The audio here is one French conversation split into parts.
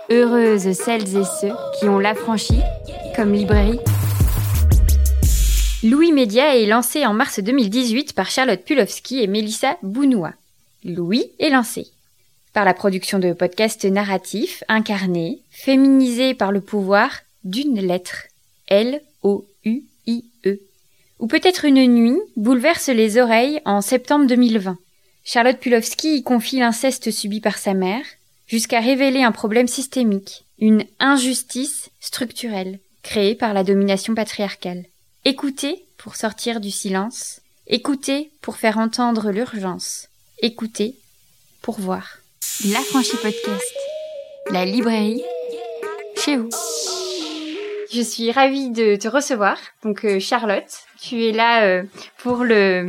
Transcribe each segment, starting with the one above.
Heureuses celles et ceux qui ont l'affranchi comme librairie. Louis Média est lancé en mars 2018 par Charlotte Pulowski et Mélissa Bounoua. Louis est lancé par la production de podcasts narratifs incarnés, féminisés par le pouvoir d'une lettre, L-O-U-I-E. Ou peut-être une nuit bouleverse les oreilles en septembre 2020. Charlotte Pulowski y confie l'inceste subi par sa mère, jusqu'à révéler un problème systémique, une injustice structurelle, créée par la domination patriarcale. Écoutez pour sortir du silence, écoutez pour faire entendre l'urgence, écoutez pour voir. L'Affranchi Podcast, la librairie, chez vous. Je suis ravie de te recevoir. Donc Charlotte, tu es là pour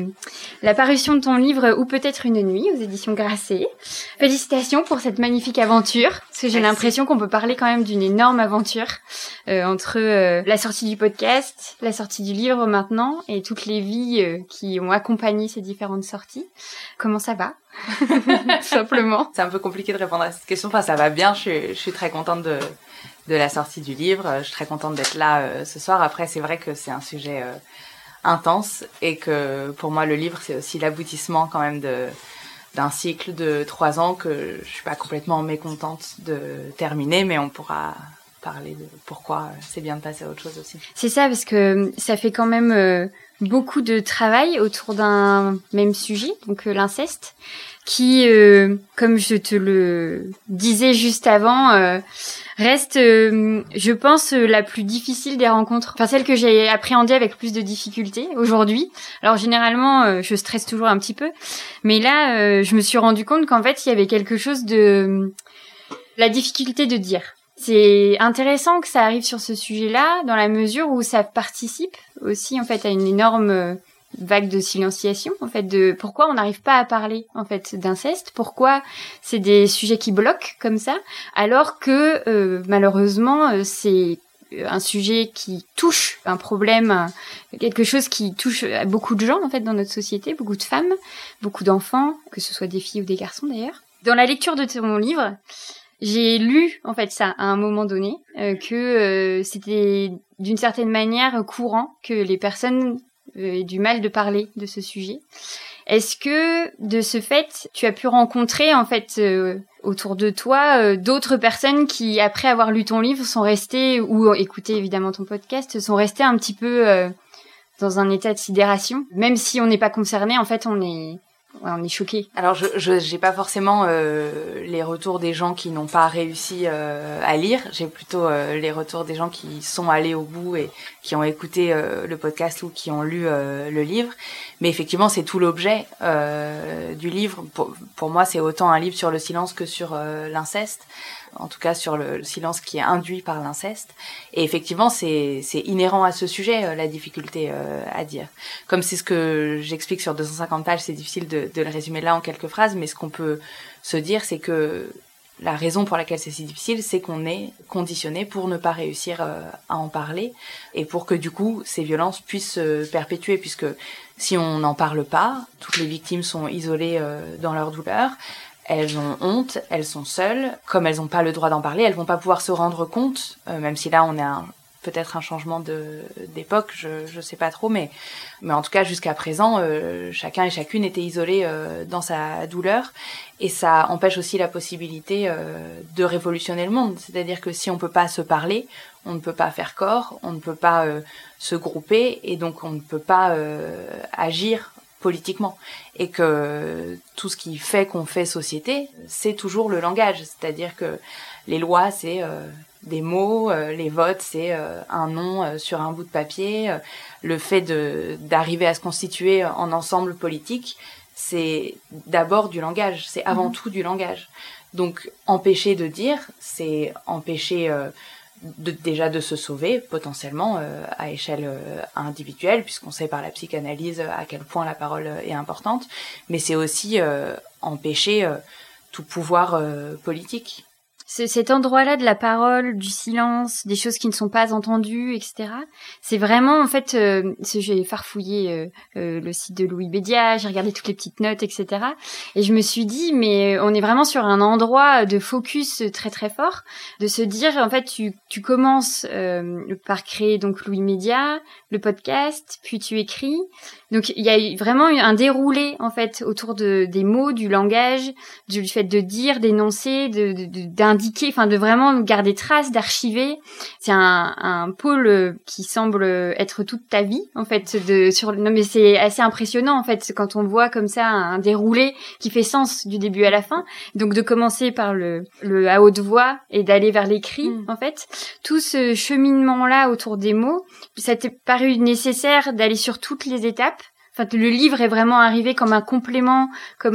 la parution de ton livre Ou peut-être une nuit aux éditions Grasset. Félicitations pour cette magnifique aventure, parce que j'ai l'impression qu'on peut parler quand même d'une énorme aventure entre la sortie du podcast, la sortie du livre maintenant et toutes les vies qui ont accompagné ces différentes sorties. Comment ça va? Tout simplement. C'est un peu compliqué de répondre à cette question. Enfin, ça va bien. Je suis très contente de la sortie du livre. Je suis très contente d'être là ce soir. Après, c'est vrai que c'est un sujet intense et que pour moi, le livre, c'est aussi l'aboutissement quand même d'un cycle de 3 ans que je suis pas complètement mécontente de terminer, mais on pourra parler de pourquoi c'est bien de passer à autre chose aussi. C'est ça, parce que ça fait quand même beaucoup de travail autour d'un même sujet, donc l'inceste, qui, comme je te le disais juste avant, reste, je pense, la plus difficile des rencontres. Enfin, celle que j'ai appréhendée avec plus de difficultés aujourd'hui. Alors, généralement, je stresse toujours un petit peu. Mais là, je me suis rendu compte qu'en fait, il y avait quelque chose de la difficulté de dire. C'est intéressant que ça arrive sur ce sujet-là, dans la mesure où ça participe aussi, en fait, à une énorme vague de silenciation, en fait, de pourquoi on n'arrive pas à parler, en fait, d'inceste, pourquoi c'est des sujets qui bloquent comme ça, alors que, malheureusement, c'est un sujet qui touche un problème, quelque chose qui touche beaucoup de gens, en fait, dans notre société, beaucoup de femmes, beaucoup d'enfants, que ce soit des filles ou des garçons, d'ailleurs. Dans la lecture de mon livre, j'ai lu, en fait, ça, à un moment donné, que c'était d'une certaine manière courant que les personnes aient du mal de parler de ce sujet. Est-ce que, de ce fait, tu as pu rencontrer, en fait, autour de toi, d'autres personnes qui, après avoir lu ton livre, sont restées, ou écouté évidemment ton podcast, sont restées un petit peu dans un état de sidération? Même si on n'est pas concerné, en fait, on est choqué. Alors, j'ai pas forcément les retours des gens qui n'ont pas réussi à lire. J'ai plutôt les retours des gens qui sont allés au bout et qui ont écouté le podcast ou qui ont lu le livre. Mais effectivement, c'est tout l'objet du livre. Pour moi, c'est autant un livre sur le silence que sur l'inceste. En tout cas, sur le silence qui est induit par l'inceste. Et effectivement, c'est inhérent à ce sujet, la difficulté à dire. Comme c'est ce que j'explique sur 250 pages, c'est difficile de le résumer là en quelques phrases, mais ce qu'on peut se dire, c'est que la raison pour laquelle c'est si difficile, c'est qu'on est conditionné pour ne pas réussir à en parler et pour que du coup, ces violences puissent se perpétuer, puisque si on n'en parle pas, toutes les victimes sont isolées dans leur douleur. Elles ont honte, elles sont seules. Comme elles n'ont pas le droit d'en parler, elles vont pas pouvoir se rendre compte, même si là on a peut-être un changement d'époque, je sais pas trop, mais en tout cas jusqu'à présent, chacun et chacune était isolé dans sa douleur, et ça empêche aussi la possibilité de révolutionner le monde. C'est-à-dire que si on peut pas se parler, on ne peut pas faire corps, on ne peut pas se grouper, et donc on ne peut pas agir politiquement, et que tout ce qui fait qu'on fait société, c'est toujours le langage, c'est-à-dire que les lois, c'est des mots, les votes, c'est un nom sur un bout de papier, le fait d'arriver à se constituer en ensemble politique, c'est d'abord du langage, c'est avant tout du langage. Donc empêcher de dire, c'est empêcher déjà de se sauver potentiellement à échelle individuelle, puisqu'on sait par la psychanalyse à quel point la parole est importante, mais c'est aussi empêcher tout pouvoir politique. cet endroit-là de la parole, du silence, des choses qui ne sont pas entendues, etc. C'est vraiment, en fait, j'ai farfouillé le site de Louis-Bédia, j'ai regardé toutes les petites notes, etc. Et je me suis dit, mais on est vraiment sur un endroit de focus très très fort, de se dire, en fait, tu commences par créer donc Louis-Média, le podcast, puis tu écris. Donc il y a vraiment un déroulé en fait autour des mots, du langage, du fait de dire, d'énoncer, d'indiquer, enfin de vraiment garder trace, d'archiver. C'est un pôle qui semble être toute ta vie en fait. Non mais c'est assez impressionnant en fait quand on voit comme ça un déroulé qui fait sens du début à la fin. Donc de commencer par le à haute voix et d'aller vers l'écrit en fait. Tout ce cheminement là autour des mots, ça t'est paru nécessaire d'aller sur toutes les étapes. Enfin, le livre est vraiment arrivé comme un complément, comme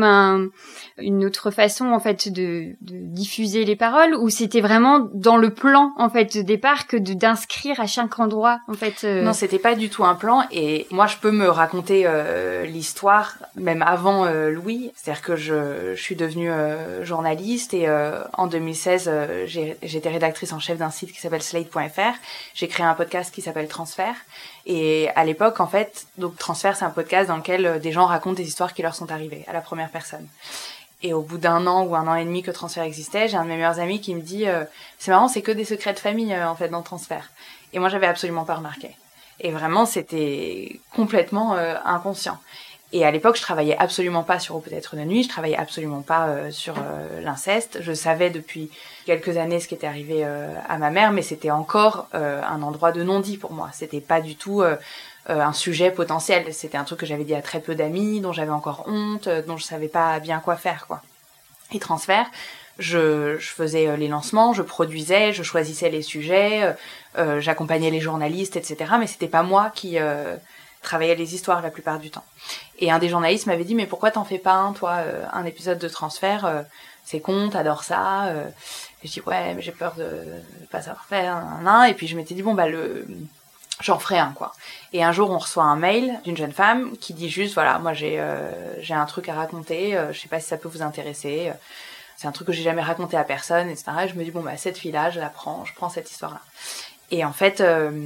une autre façon en fait de diffuser les paroles, ou c'était vraiment dans le plan en fait de départ que d'inscrire à chaque endroit en fait. Non, c'était pas du tout un plan, et moi je peux me raconter l'histoire même avant Louis. C'est-à-dire que je suis devenue journaliste, et en 2016 j'étais rédactrice en chef d'un site qui s'appelle Slate.fr. J'ai créé un podcast qui s'appelle Transfert. Et à l'époque, en fait, donc Transfert, c'est un podcast dans lequel des gens racontent des histoires qui leur sont arrivées à la première personne. Et au bout d'un an ou un an et demi que Transfert existait, j'ai un de mes meilleurs amis qui me dit c'est marrant, c'est que des secrets de famille en fait dans Transfert. Et moi, j'avais absolument pas remarqué. Et vraiment, c'était complètement inconscient. Et à l'époque, je travaillais absolument pas sur Ou peut-être une nuit, je travaillais absolument pas sur l'inceste. Je savais depuis quelques années ce qui était arrivé à ma mère, mais c'était encore un endroit de non-dit pour moi. C'était pas du tout un sujet potentiel. C'était un truc que j'avais dit à très peu d'amis, dont j'avais encore honte, dont je savais pas bien quoi faire, quoi. Et Transfert, je faisais les lancements, je produisais, je choisissais les sujets, j'accompagnais les journalistes, etc. Mais c'était pas moi qui travaillais les histoires la plupart du temps. Et un des journalistes m'avait dit mais pourquoi t'en fais pas un épisode de Transfert, c'est con, t'adores ça. Et je dis ouais mais j'ai peur de pas savoir faire, et puis je m'étais dit bon bah j'en ferai un, quoi. Et un jour on reçoit un mail d'une jeune femme qui dit juste voilà moi j'ai un truc à raconter, je sais pas si ça peut vous intéresser, c'est un truc que j'ai jamais raconté à personne, etc. Et je me dis bon bah cette fille là je prends cette histoire là. Et en fait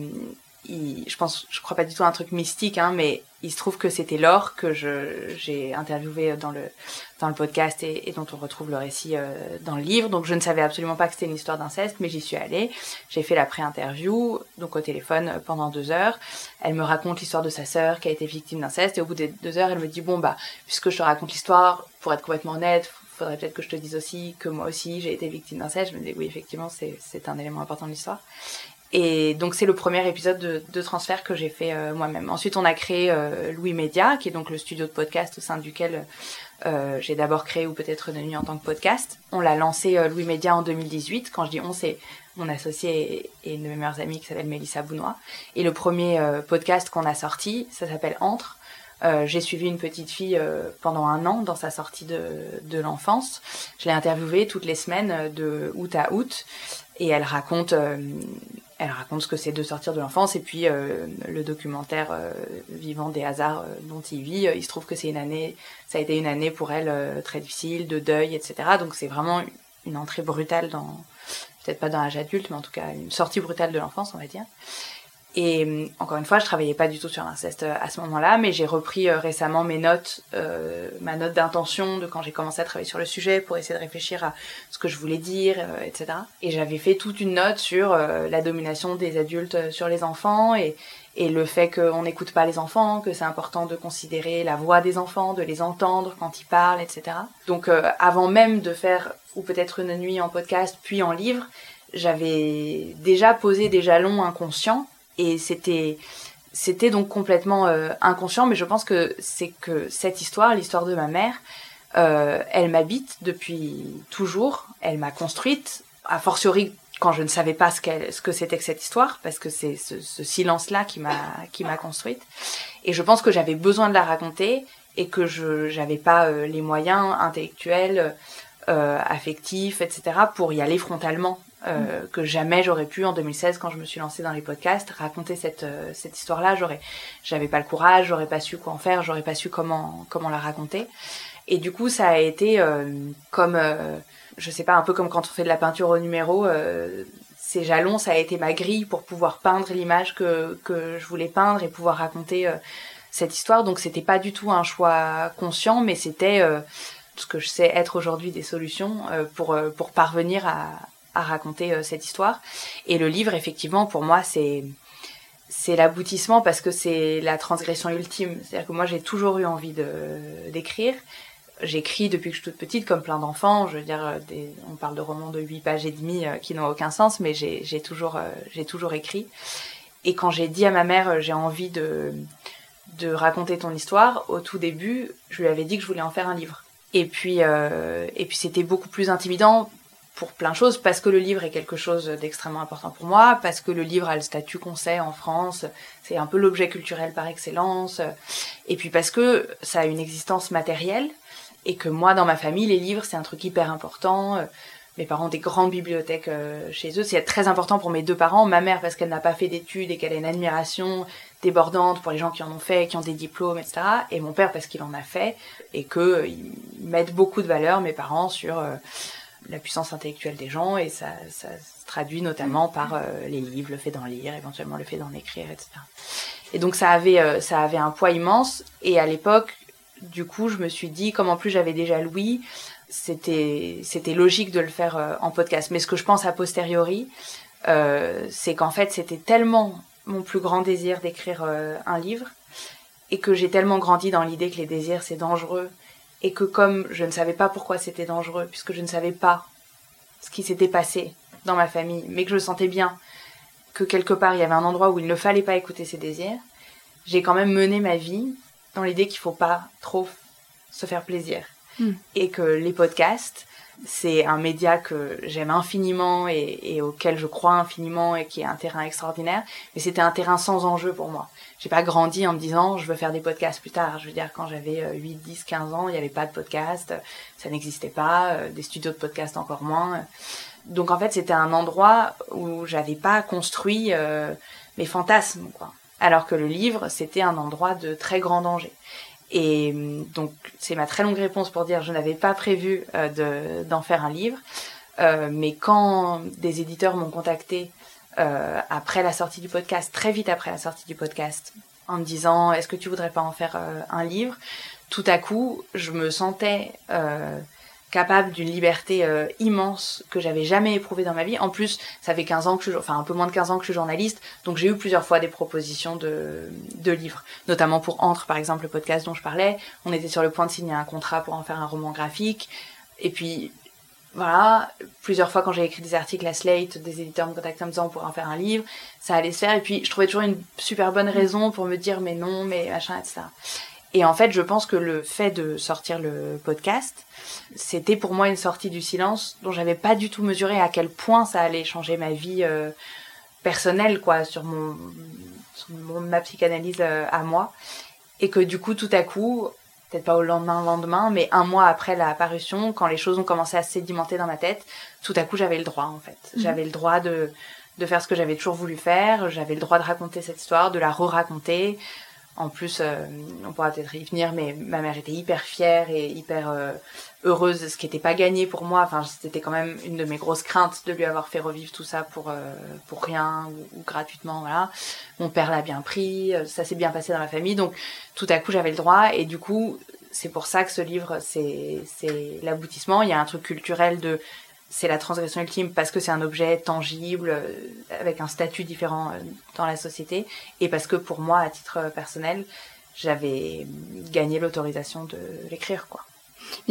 je crois pas du tout à un truc mystique, mais il se trouve que c'était Laure que j'ai interviewée dans le podcast et dont on retrouve le récit dans le livre. Donc je ne savais absolument pas que c'était une histoire d'inceste, mais j'y suis allée. J'ai fait la pré-interview, donc au téléphone pendant 2 heures. Elle me raconte l'histoire de sa sœur qui a été victime d'inceste, et au bout des 2 heures, elle me dit bon bah puisque je te raconte l'histoire, pour être complètement honnête, faudrait peut-être que je te dise aussi que moi aussi j'ai été victime d'inceste. Je me dis oui effectivement c'est un élément important de l'histoire. Et donc c'est le premier épisode de Transfert que j'ai fait moi-même. Ensuite on a créé Louis-Média, qui est donc le studio de podcast au sein duquel j'ai d'abord créé Ou peut-être une nuit en tant que podcast. On l'a lancé Louis-Média en 2018. Quand je dis on, c'est mon associé et une de mes meilleures amies qui s'appelle Mélissa Bounois. Et le premier podcast qu'on a sorti, ça s'appelle Entre. J'ai suivi une petite fille pendant 1 an dans sa sortie de l'enfance. Je l'ai interviewée toutes les semaines de août à août, et elle raconte ce que c'est de sortir de l'enfance, et puis le documentaire Vivant des hasards dont il vit. Il se trouve que ça a été une année pour elle très difficile, de deuil, etc. Donc c'est vraiment une entrée brutale peut-être pas dans l'âge adulte, mais en tout cas une sortie brutale de l'enfance, on va dire. Et encore une fois, je travaillais pas du tout sur l'inceste à ce moment-là, mais j'ai repris récemment ma note d'intention de quand j'ai commencé à travailler sur le sujet pour essayer de réfléchir à ce que je voulais dire, etc. Et j'avais fait toute une note sur la domination des adultes sur les enfants, et le fait qu'on n'écoute pas les enfants, que c'est important de considérer la voix des enfants, de les entendre quand ils parlent, etc. Donc avant même de faire Ou peut-être une nuit en podcast, puis en livre, j'avais déjà posé des jalons inconscients. Et c'était donc complètement inconscient, mais je pense que c'est que cette histoire, l'histoire de ma mère, elle m'habite depuis toujours. Elle m'a construite, a fortiori quand je ne savais pas ce que c'était que cette histoire, parce que c'est ce silence-là qui m'a construite. Et je pense que j'avais besoin de la raconter, et que j'avais pas les moyens intellectuels, affectifs, etc. pour y aller frontalement. Que jamais j'aurais pu en 2016 quand je me suis lancée dans les podcasts raconter cette histoire-là. J'avais pas le courage, j'aurais pas su quoi en faire, j'aurais pas su comment la raconter. Et du coup ça a été comme je sais pas, un peu comme quand on fait de la peinture au numéro, ces jalons, ça a été ma grille pour pouvoir peindre l'image que je voulais peindre et pouvoir raconter cette histoire. Donc c'était pas du tout un choix conscient, mais c'était ce que je sais être aujourd'hui des solutions pour parvenir à raconter cette histoire. Et le livre, effectivement, pour moi, c'est l'aboutissement parce que c'est la transgression ultime. C'est-à-dire que moi, j'ai toujours eu envie d'écrire. J'écris depuis que je suis toute petite, comme plein d'enfants. Je veux dire, on parle de romans de 8 pages et demie qui n'ont aucun sens, mais j'ai toujours écrit. Et quand j'ai dit à ma mère, j'ai envie de raconter ton histoire, au tout début, je lui avais dit que je voulais en faire un livre. Et puis c'était beaucoup plus intimidant pour plein de choses, parce que le livre est quelque chose d'extrêmement important pour moi, parce que le livre a le statut qu'on sait en France, c'est un peu l'objet culturel par excellence, et puis parce que ça a une existence matérielle, et que moi, dans ma famille, les livres, c'est un truc hyper important. Mes parents ont des grandes bibliothèques chez eux. C'est très important pour mes deux parents. Ma mère, parce qu'elle n'a pas fait d'études et qu'elle a une admiration débordante pour les gens qui en ont fait, qui ont des diplômes, etc. Et mon père, parce qu'il en a fait, et qu'ils mettent beaucoup de valeur, mes parents, sur la puissance intellectuelle des gens. Et ça se traduit notamment par les livres, le fait d'en lire, éventuellement le fait d'en écrire, etc. Et donc ça avait un poids immense. Et à l'époque, du coup, je me suis dit, comme en plus j'avais déjà Louis, c'était logique de le faire en podcast. Mais ce que je pense a posteriori, c'est qu'en fait, c'était tellement mon plus grand désir d'écrire un livre, et que j'ai tellement grandi dans l'idée que les désirs, c'est dangereux, et que comme je ne savais pas pourquoi c'était dangereux, puisque je ne savais pas ce qui s'était passé dans ma famille, mais que je sentais bien que quelque part, il y avait un endroit où il ne fallait pas écouter ses désirs, j'ai quand même mené ma vie dans l'idée qu'il faut pas trop se faire plaisir. Et que les podcasts, c'est un média que j'aime infiniment et auquel je crois infiniment et qui est un terrain extraordinaire, mais c'était un terrain sans enjeu pour moi. J'ai pas grandi en me disant je veux faire des podcasts plus tard. Je veux dire, quand j'avais 8, 10, 15 ans, il n'y avait pas de podcast, ça n'existait pas, des studios de podcast encore moins. Donc en fait, c'était un endroit où j'avais pas construit mes fantasmes, quoi. Alors que le livre, c'était un endroit de très grand danger. Et donc, c'est ma très longue réponse pour dire je n'avais pas prévu d'en faire un livre. Mais quand des éditeurs m'ont contacté après la sortie du podcast, très vite après la sortie du podcast, en me disant est-ce que tu voudrais pas en faire un livre, tout à coup, je me sentais capable d'une liberté immense que j'avais jamais éprouvée dans ma vie. En plus, ça fait 15 ans que un peu moins de 15 ans que je suis journaliste, donc j'ai eu plusieurs fois des propositions de livres, notamment pour Entre, par exemple, le podcast dont je parlais. On était sur le point de signer un contrat pour en faire un roman graphique, et puis voilà, plusieurs fois quand j'ai écrit des articles à Slate, des éditeurs me contactaient en me disant on pourrait en faire un livre, ça allait se faire, et puis je trouvais toujours une super bonne raison pour me dire mais non, mais machin, etc. Et en fait, je pense que le fait de sortir le podcast, c'était pour moi une sortie du silence dont j'avais pas du tout mesuré à quel point ça allait changer ma vie personnelle, quoi, sur ma psychanalyse à moi. Et que du coup, tout à coup, peut-être pas au lendemain, mais un mois après la parution, quand les choses ont commencé à se sédimenter dans ma tête, tout à coup, j'avais le droit, en fait. J'avais le droit de faire ce que j'avais toujours voulu faire, j'avais le droit de raconter cette histoire, de la re-raconter. En plus, on pourra peut-être y venir, mais ma mère était hyper fière et hyper heureuse, ce qui n'était pas gagné pour moi. Enfin, c'était quand même une de mes grosses craintes de lui avoir fait revivre tout ça pour rien ou gratuitement, voilà. Mon père l'a bien pris, ça s'est bien passé dans la famille, donc tout à coup j'avais le droit, et du coup, c'est pour ça que ce livre, c'est l'aboutissement. Il y a un truc culturel c'est la transgression ultime parce que c'est un objet tangible avec un statut différent dans la société, et parce que pour moi, à titre personnel, j'avais gagné l'autorisation de l'écrire, quoi. Mais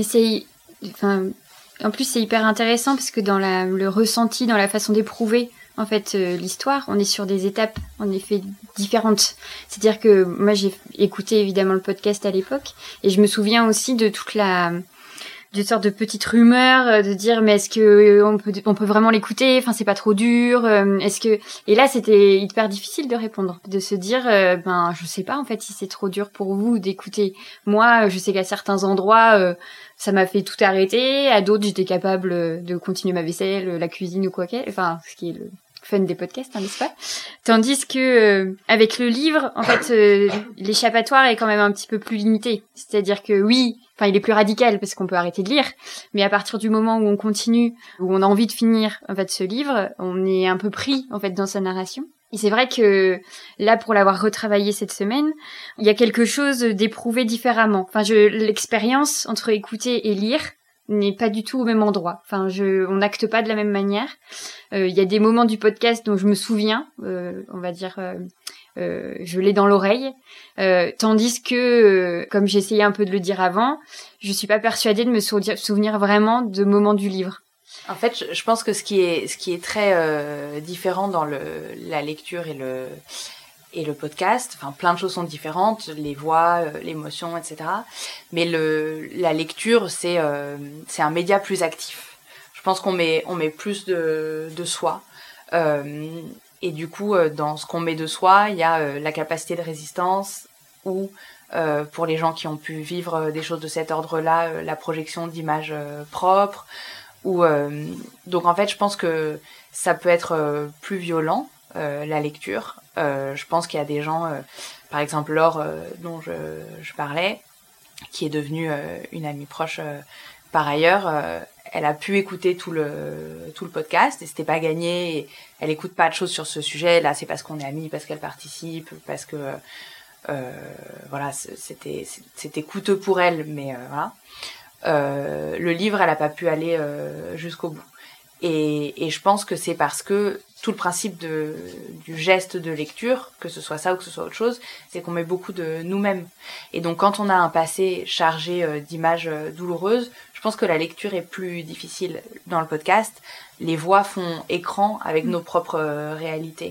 en plus c'est hyper intéressant parce que dans le ressenti, dans la façon d'éprouver en fait l'histoire, on est sur des étapes en effet différentes. C'est-à-dire que moi j'ai écouté évidemment le podcast à l'époque, et je me souviens aussi de toute d'une sorte de petite rumeur de dire mais est-ce que on peut vraiment l'écouter, enfin c'est pas trop dur, est-ce que, et là c'était hyper difficile de répondre, de se dire je sais pas en fait si c'est trop dur pour vous d'écouter. Moi je sais qu'à certains endroits ça m'a fait tout arrêter, à d'autres j'étais capable de continuer ma vaisselle, la cuisine ou quoi qu'elle, enfin ce qui est le fun des podcasts, hein, n'est-ce pas? Tandis que avec le livre, en fait, l'échappatoire est quand même un petit peu plus limité. C'est-à-dire que oui, enfin, il est plus radical parce qu'on peut arrêter de lire, mais à partir du moment où on continue, où on a envie de finir en fait ce livre, on est un peu pris en fait dans sa narration. Et c'est vrai que là, pour l'avoir retravaillé cette semaine, il y a quelque chose d'éprouvé différemment. Enfin, l'expérience entre écouter et lire n'est pas du tout au même endroit. Enfin, on n'acte pas de la même manière. Il y a des moments du podcast dont je me souviens, on va dire, je l'ai dans l'oreille, tandis que, comme j'essayais un peu de le dire avant, je suis pas persuadée de me souvenir vraiment de moments du livre. En fait, je pense que ce qui est très différent dans la lecture et le podcast, enfin plein de choses sont différentes, les voix, l'émotion, etc. Mais la lecture, c'est un média plus actif. Je pense qu'on met plus de soi. Et du coup, dans ce qu'on met de soi, il y a la capacité de résistance ou pour les gens qui ont pu vivre des choses de cet ordre-là, la projection d'images propres. Donc en fait, je pense que ça peut être plus violent, la lecture. Je pense qu'il y a des gens, par exemple Laure, dont je parlais, qui est devenue une amie proche par ailleurs. Elle a pu écouter tout le podcast et c'était pas gagné. Et elle écoute pas de choses sur ce sujet. Là, c'est parce qu'on est amis, parce qu'elle participe, parce que voilà, c'était coûteux pour elle, mais voilà. Le livre, elle a pas pu aller jusqu'au bout. Et je pense que c'est parce que tout le principe du geste de lecture, que ce soit ça ou que ce soit autre chose, c'est qu'on met beaucoup de nous-mêmes. Et donc quand on a un passé chargé d'images douloureuses, je pense que la lecture est plus difficile. Dans le podcast, les voix font écran avec nos propres réalités.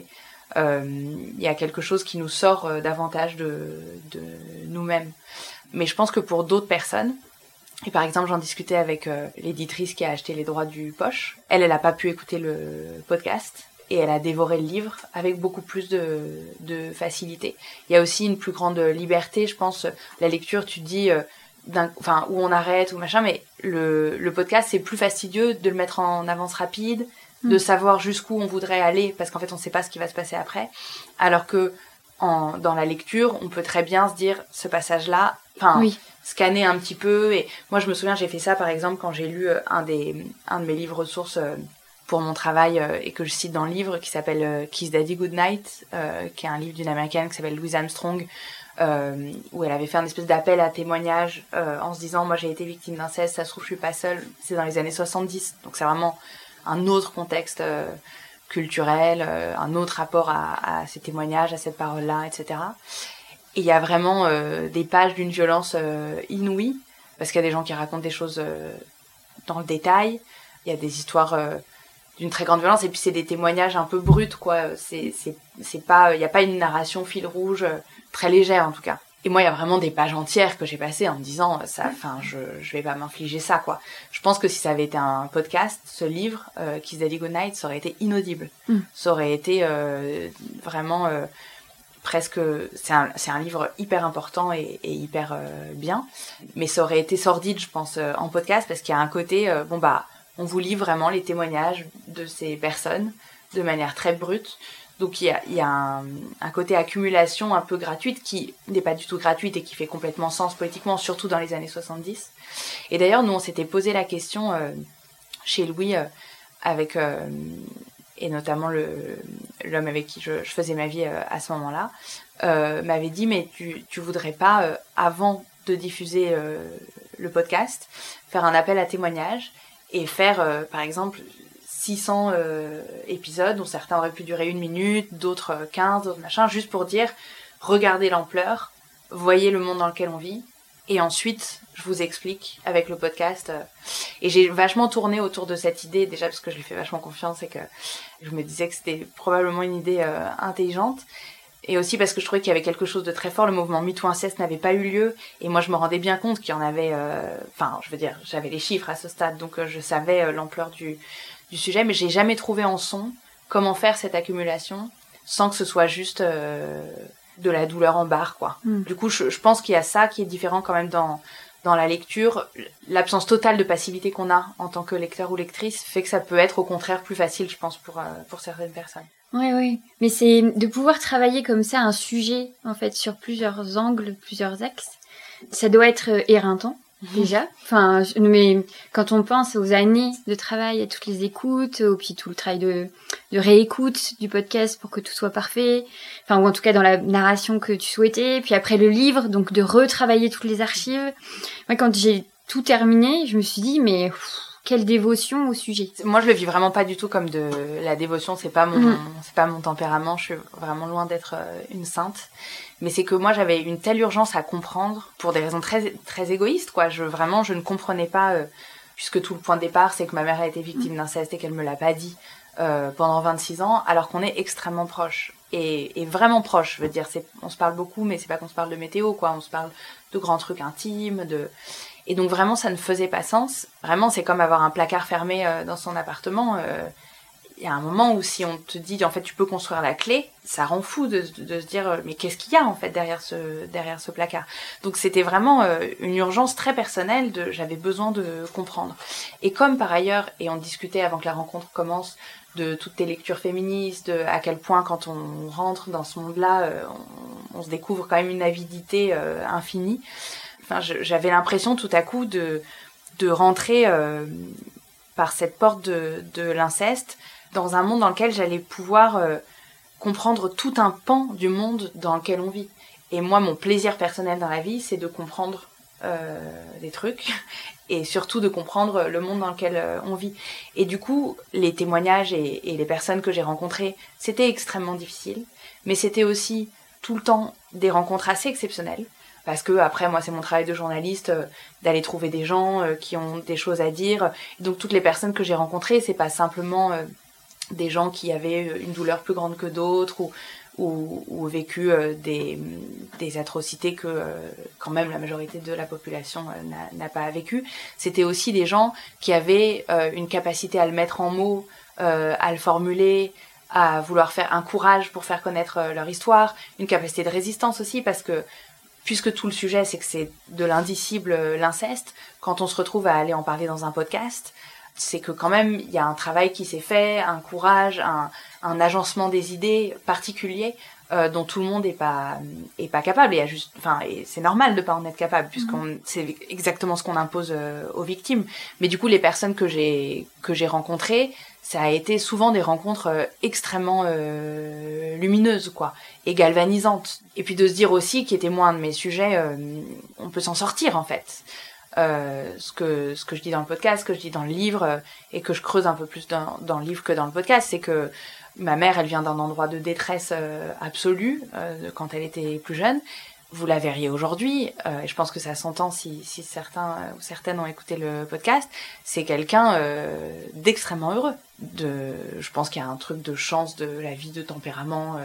Il y a quelque chose qui nous sort davantage de nous-mêmes. Mais je pense que pour d'autres personnes, et par exemple, j'en discutais avec l'éditrice qui a acheté les droits du Poche. Elle a pas pu écouter le podcast et elle a dévoré le livre avec beaucoup plus de facilité. Il y a aussi une plus grande liberté, je pense. La lecture, tu dis, où on arrête ou machin, mais le podcast, c'est plus fastidieux de le mettre en avance rapide, de savoir jusqu'où on voudrait aller, parce qu'en fait, on ne sait pas ce qui va se passer après. Alors que dans la lecture, on peut très bien se dire, ce passage-là, scanner un petit peu. Et moi, je me souviens, j'ai fait ça, par exemple, quand j'ai lu un de mes livres ressources pour mon travail et que je cite dans le livre, qui s'appelle Kiss Daddy Goodnight, qui est un livre d'une Américaine qui s'appelle Louise Armstrong, où elle avait fait un espèce d'appel à témoignage en se disant, moi, j'ai été victime d'inceste, ça se trouve, je suis pas seule. C'est dans les années 70, donc c'est vraiment un autre contexte culturel, un autre rapport à ces témoignages, à cette parole-là, etc. Et il y a vraiment des pages d'une violence inouïe, parce qu'il y a des gens qui racontent des choses dans le détail, il y a des histoires d'une très grande violence, et puis c'est des témoignages un peu bruts, quoi. C'est pas, il n'y a pas une narration fil rouge très légère, en tout cas. Et moi, il y a vraiment des pages entières que j'ai passées en me disant, je vais pas m'infliger ça, quoi. Je pense que si ça avait été un podcast, ce livre, Kiss Daddy Goodnight, ça aurait été inaudible. Ça aurait été vraiment presque... C'est un livre hyper important et hyper bien. Mais ça aurait été sordide, je pense, en podcast, parce qu'il y a un côté, on vous lit vraiment les témoignages de ces personnes de manière très brute. Donc il y a un côté accumulation un peu gratuite qui n'est pas du tout gratuite et qui fait complètement sens politiquement, surtout dans les années 70. Et d'ailleurs, nous, on s'était posé la question chez Louis, avec et notamment l'homme avec qui je faisais ma vie à ce moment-là, m'avait dit, mais tu voudrais pas, avant de diffuser le podcast, faire un appel à témoignages et faire, par exemple, 600 épisodes, dont certains auraient pu durer 1 minute, d'autres 15, d'autres machin, juste pour dire, regardez l'ampleur, voyez le monde dans lequel on vit, et ensuite, je vous explique avec le podcast. Et j'ai vachement tourné autour de cette idée, déjà parce que je lui fais vachement confiance et que je me disais que c'était probablement une idée intelligente, et aussi parce que je trouvais qu'il y avait quelque chose de très fort. Le mouvement MeToo Inceste n'avait pas eu lieu, et moi je me rendais bien compte qu'il y en avait, j'avais les chiffres à ce stade, donc je savais l'ampleur du sujet, mais j'ai jamais trouvé en son comment faire cette accumulation sans que ce soit juste de la douleur en barre, quoi. Du coup, je pense qu'il y a ça qui est différent quand même dans dans la lecture, l'absence totale de passivité qu'on a en tant que lecteur ou lectrice fait que ça peut être au contraire plus facile, je pense, pour certaines personnes. Oui. Mais c'est de pouvoir travailler comme ça un sujet, en fait, sur plusieurs angles, plusieurs axes. Ça doit être éreintant, déjà. Enfin, mais quand on pense aux années de travail, à toutes les écoutes, puis tout le travail de réécoute du podcast pour que tout soit parfait, enfin, ou en tout cas dans la narration que tu souhaitais, puis après le livre, donc de retravailler toutes les archives. Moi, quand j'ai tout terminé, je me suis dit, mais quelle dévotion au sujet. Moi, je le vis vraiment pas du tout comme de la dévotion. C'est pas mon tempérament. Je suis vraiment loin d'être une sainte. Mais c'est que moi, j'avais une telle urgence à comprendre pour des raisons très, très égoïstes, quoi. Je ne comprenais pas, puisque tout le point de départ, c'est que ma mère a été victime d'inceste et qu'elle me l'a pas dit pendant 26 ans, alors qu'on est extrêmement proches. Et vraiment proches. Je veux dire, on se parle beaucoup, mais c'est pas qu'on se parle de météo, quoi. On se parle de grands trucs intimes, Et donc vraiment, ça ne faisait pas sens. Vraiment, c'est comme avoir un placard fermé dans son appartement. Il y a un moment où si on te dit, en fait, tu peux construire la clé, ça rend fou de se dire, mais qu'est-ce qu'il y a, en fait, derrière ce placard? Donc c'était vraiment une urgence très personnelle j'avais besoin de comprendre. Et comme par ailleurs, et on discutait avant que la rencontre commence, de toutes tes lectures féministes, à quel point quand on rentre dans ce monde-là, on se découvre quand même une avidité infinie. Enfin, j'avais l'impression tout à coup de rentrer par cette porte de l'inceste dans un monde dans lequel j'allais pouvoir comprendre tout un pan du monde dans lequel on vit. Et moi, mon plaisir personnel dans la vie, c'est de comprendre des trucs et surtout de comprendre le monde dans lequel on vit. Et du coup, les témoignages et les personnes que j'ai rencontrées, c'était extrêmement difficile, mais c'était aussi tout le temps des rencontres assez exceptionnelles. Parce que après, moi, c'est mon travail de journaliste d'aller trouver des gens qui ont des choses à dire. Et donc toutes les personnes que j'ai rencontrées, c'est pas simplement des gens qui avaient une douleur plus grande que d'autres ou vécu des atrocités que quand même la majorité de la population n'a pas vécu. C'était aussi des gens qui avaient une capacité à le mettre en mots, à le formuler, à vouloir faire un courage pour faire connaître leur histoire, une capacité de résistance aussi, parce que puisque tout le sujet, c'est que c'est de l'indicible, l'inceste, quand on se retrouve à aller en parler dans un podcast, c'est que quand même, il y a un travail qui s'est fait, un courage, un agencement des idées particulier dont tout le monde est pas capable. Et c'est normal de pas en être capable, c'est exactement ce qu'on impose aux victimes. Mais du coup, les personnes que j'ai rencontrées, ça a été souvent des rencontres extrêmement lumineuses, quoi, et galvanisantes. Et puis de se dire aussi, qui était moins un de mes sujets, on peut s'en sortir en fait. Ce que je dis dans le podcast, ce que je dis dans le livre, et que je creuse un peu plus dans le livre que dans le podcast, c'est que ma mère, elle vient d'un endroit de détresse absolue quand elle était plus jeune. Vous la verriez aujourd'hui, et je pense que ça s'entend si certains ou certaines ont écouté le podcast, c'est quelqu'un d'extrêmement heureux. Je pense qu'il y a un truc de chance de la vie, de tempérament,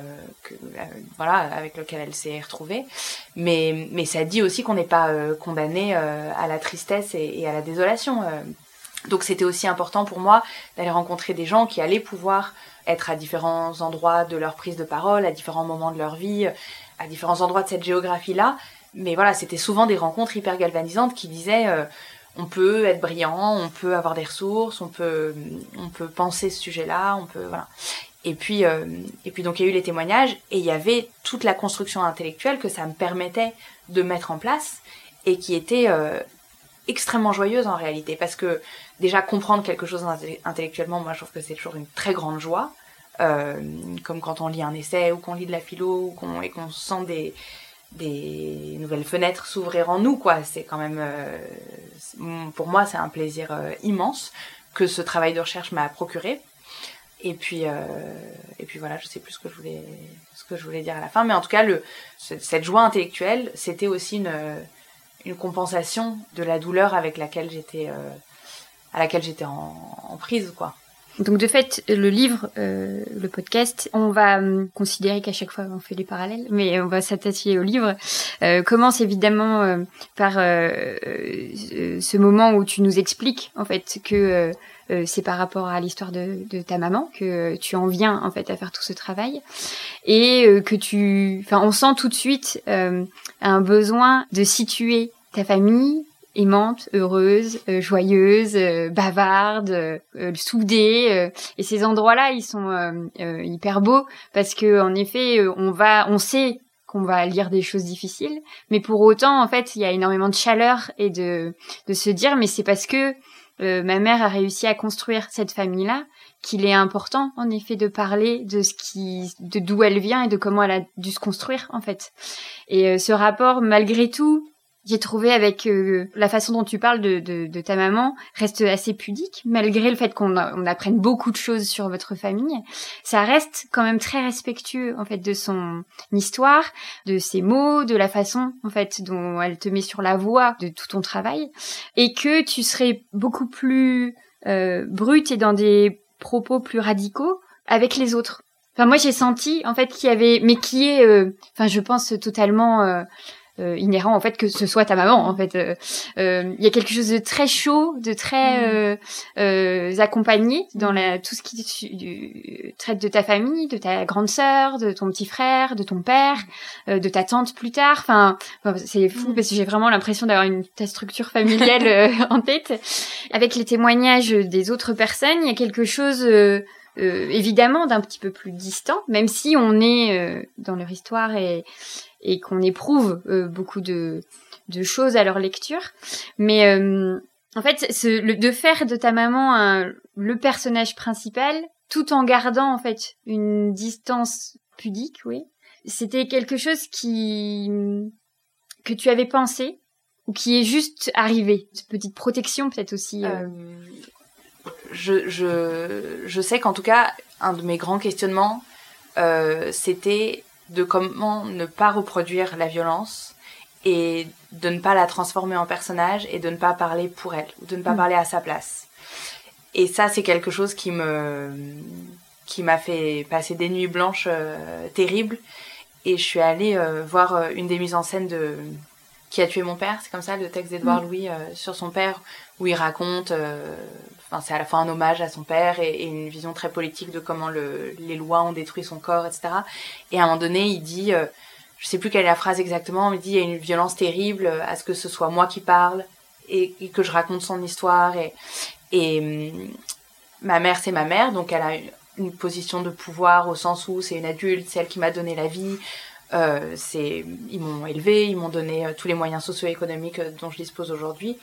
avec lequel elle s'est retrouvée. Mais ça dit aussi qu'on n'est pas condamné à la tristesse et à la désolation. Donc c'était aussi important pour moi d'aller rencontrer des gens qui allaient pouvoir être à différents endroits de leur prise de parole, à différents moments de leur vie, à différents endroits de cette géographie-là. Mais voilà, c'était souvent des rencontres hyper galvanisantes qui disaient on peut être brillant, on peut avoir des ressources, on peut penser ce sujet-là, voilà. Et puis donc il y a eu les témoignages et il y avait toute la construction intellectuelle que ça me permettait de mettre en place et qui était extrêmement joyeuse en réalité, parce que déjà comprendre quelque chose intellectuellement, moi je trouve que c'est toujours une très grande joie, comme quand on lit un essai ou qu'on lit de la philo et qu'on sent des nouvelles fenêtres s'ouvrir en nous, quoi. C'est quand même pour moi c'est un plaisir immense que ce travail de recherche m'a procuré. Et puis voilà, je sais plus ce que je voulais dire à la fin, mais en tout cas cette joie intellectuelle, c'était aussi une compensation de la douleur avec laquelle j'étais en prise, quoi. Donc de fait, le livre, le podcast, on va considérer qu'à chaque fois on fait des parallèles, mais on va s'attacher au livre. Commence évidemment par ce moment où tu nous expliques en fait que c'est par rapport à l'histoire de ta maman que tu en viens en fait à faire tout ce travail et on sent tout de suite un besoin de situer ta famille aimante, heureuse, joyeuse, bavarde, soudée. Et ces endroits-là, ils sont hyper beaux parce que en effet, on sait qu'on va lire des choses difficiles, mais pour autant, en fait, il y a énormément de chaleur et de se dire, mais c'est parce que ma mère a réussi à construire cette famille-là qu'il est important, en effet, de parler de d'où elle vient et de comment elle a dû se construire, en fait. Et ce rapport, malgré tout, j'ai trouvé avec la façon dont tu parles de ta maman reste assez pudique, malgré le fait qu'on apprenne beaucoup de choses sur votre famille. Ça reste quand même très respectueux en fait de son histoire, de ses mots, de la façon en fait dont elle te met sur la voie de tout ton travail, et que tu serais beaucoup plus brute et dans des propos plus radicaux avec les autres. Enfin moi j'ai senti en fait qu'il y avait, mais qui est, enfin je pense totalement inhérent en fait que ce soit ta maman en fait. Il y a quelque chose de très chaud, de très accompagné dans tout ce qui traite de ta famille, de ta grande sœur, de ton petit frère, de ton père, de ta tante plus tard. Enfin, c'est fou parce que j'ai vraiment l'impression d'avoir ta structure familiale en tête. Avec les témoignages des autres personnes, il y a quelque chose évidemment d'un petit peu plus distant, même si on est dans leur histoire et qu'on éprouve beaucoup de choses à leur lecture. Mais en fait, de faire de ta maman le personnage principal, tout en gardant en fait une distance pudique, oui, c'était quelque chose que tu avais pensé ou qui est juste arrivé. Une petite protection peut-être aussi. Je sais qu'en tout cas, un de mes grands questionnements, c'était de comment ne pas reproduire la violence et de ne pas la transformer en personnage et de ne pas parler pour elle, ou de ne pas parler à sa place. Et ça, c'est quelque chose qui m'a fait passer des nuits blanches terribles. Et je suis allée voir une des mises en scène de Qui a tué mon père, c'est comme ça, le texte d'Édouard Louis sur son père, où il raconte... c'est à la fois un hommage à son père et une vision très politique de comment les lois ont détruit son corps, etc. Et à un moment donné, il dit, je sais plus quelle est la phrase exactement, mais il dit il y a une violence terrible à ce que ce soit moi qui parle et que je raconte son histoire. Et ma mère, c'est ma mère, donc elle a une position de pouvoir au sens où c'est une adulte, c'est elle qui m'a donné la vie. Ils m'ont élevée, ils m'ont donné tous les moyens socio-économiques dont je dispose aujourd'hui.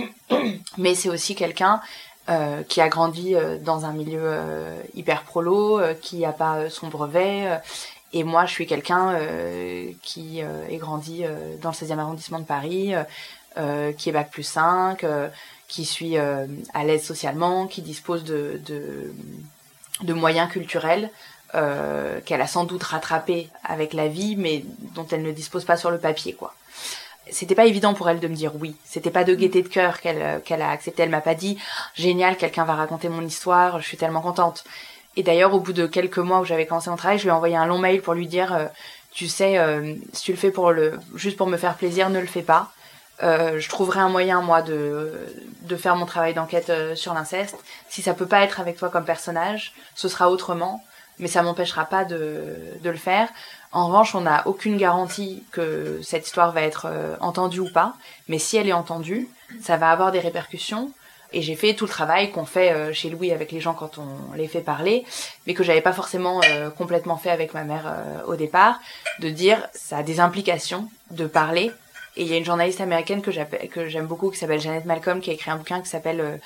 Mais c'est aussi quelqu'un qui a grandi dans un milieu hyper prolo, qui n'a pas son brevet. Et moi, je suis quelqu'un qui est grandi dans le 16e arrondissement de Paris, qui est bac+5, qui suis à l'aise socialement, qui dispose de moyens culturels qu'elle a sans doute rattrapé avec la vie, mais dont elle ne dispose pas sur le papier, quoi. C'était pas évident pour elle de me dire oui. C'était pas de gaieté de cœur qu'elle a accepté. Elle m'a pas dit génial, quelqu'un va raconter mon histoire, je suis tellement contente. Et d'ailleurs, au bout de quelques mois où j'avais commencé mon travail, je lui ai envoyé un long mail pour lui dire tu sais, si tu le fais juste pour me faire plaisir, ne le fais pas. Je trouverai un moyen, moi, de faire mon travail d'enquête sur l'inceste. Si ça peut pas être avec toi comme personnage, ce sera autrement, mais ça m'empêchera pas de le faire. En revanche, on n'a aucune garantie que cette histoire va être entendue ou pas, mais si elle est entendue, ça va avoir des répercussions. Et j'ai fait tout le travail qu'on fait chez Louis avec les gens quand on les fait parler, mais que j'avais pas forcément complètement fait avec ma mère au départ, de dire ça a des implications de parler. Et il y a une journaliste américaine que j'aime beaucoup qui s'appelle Janet Malcolm, qui a écrit un bouquin qui s'appelle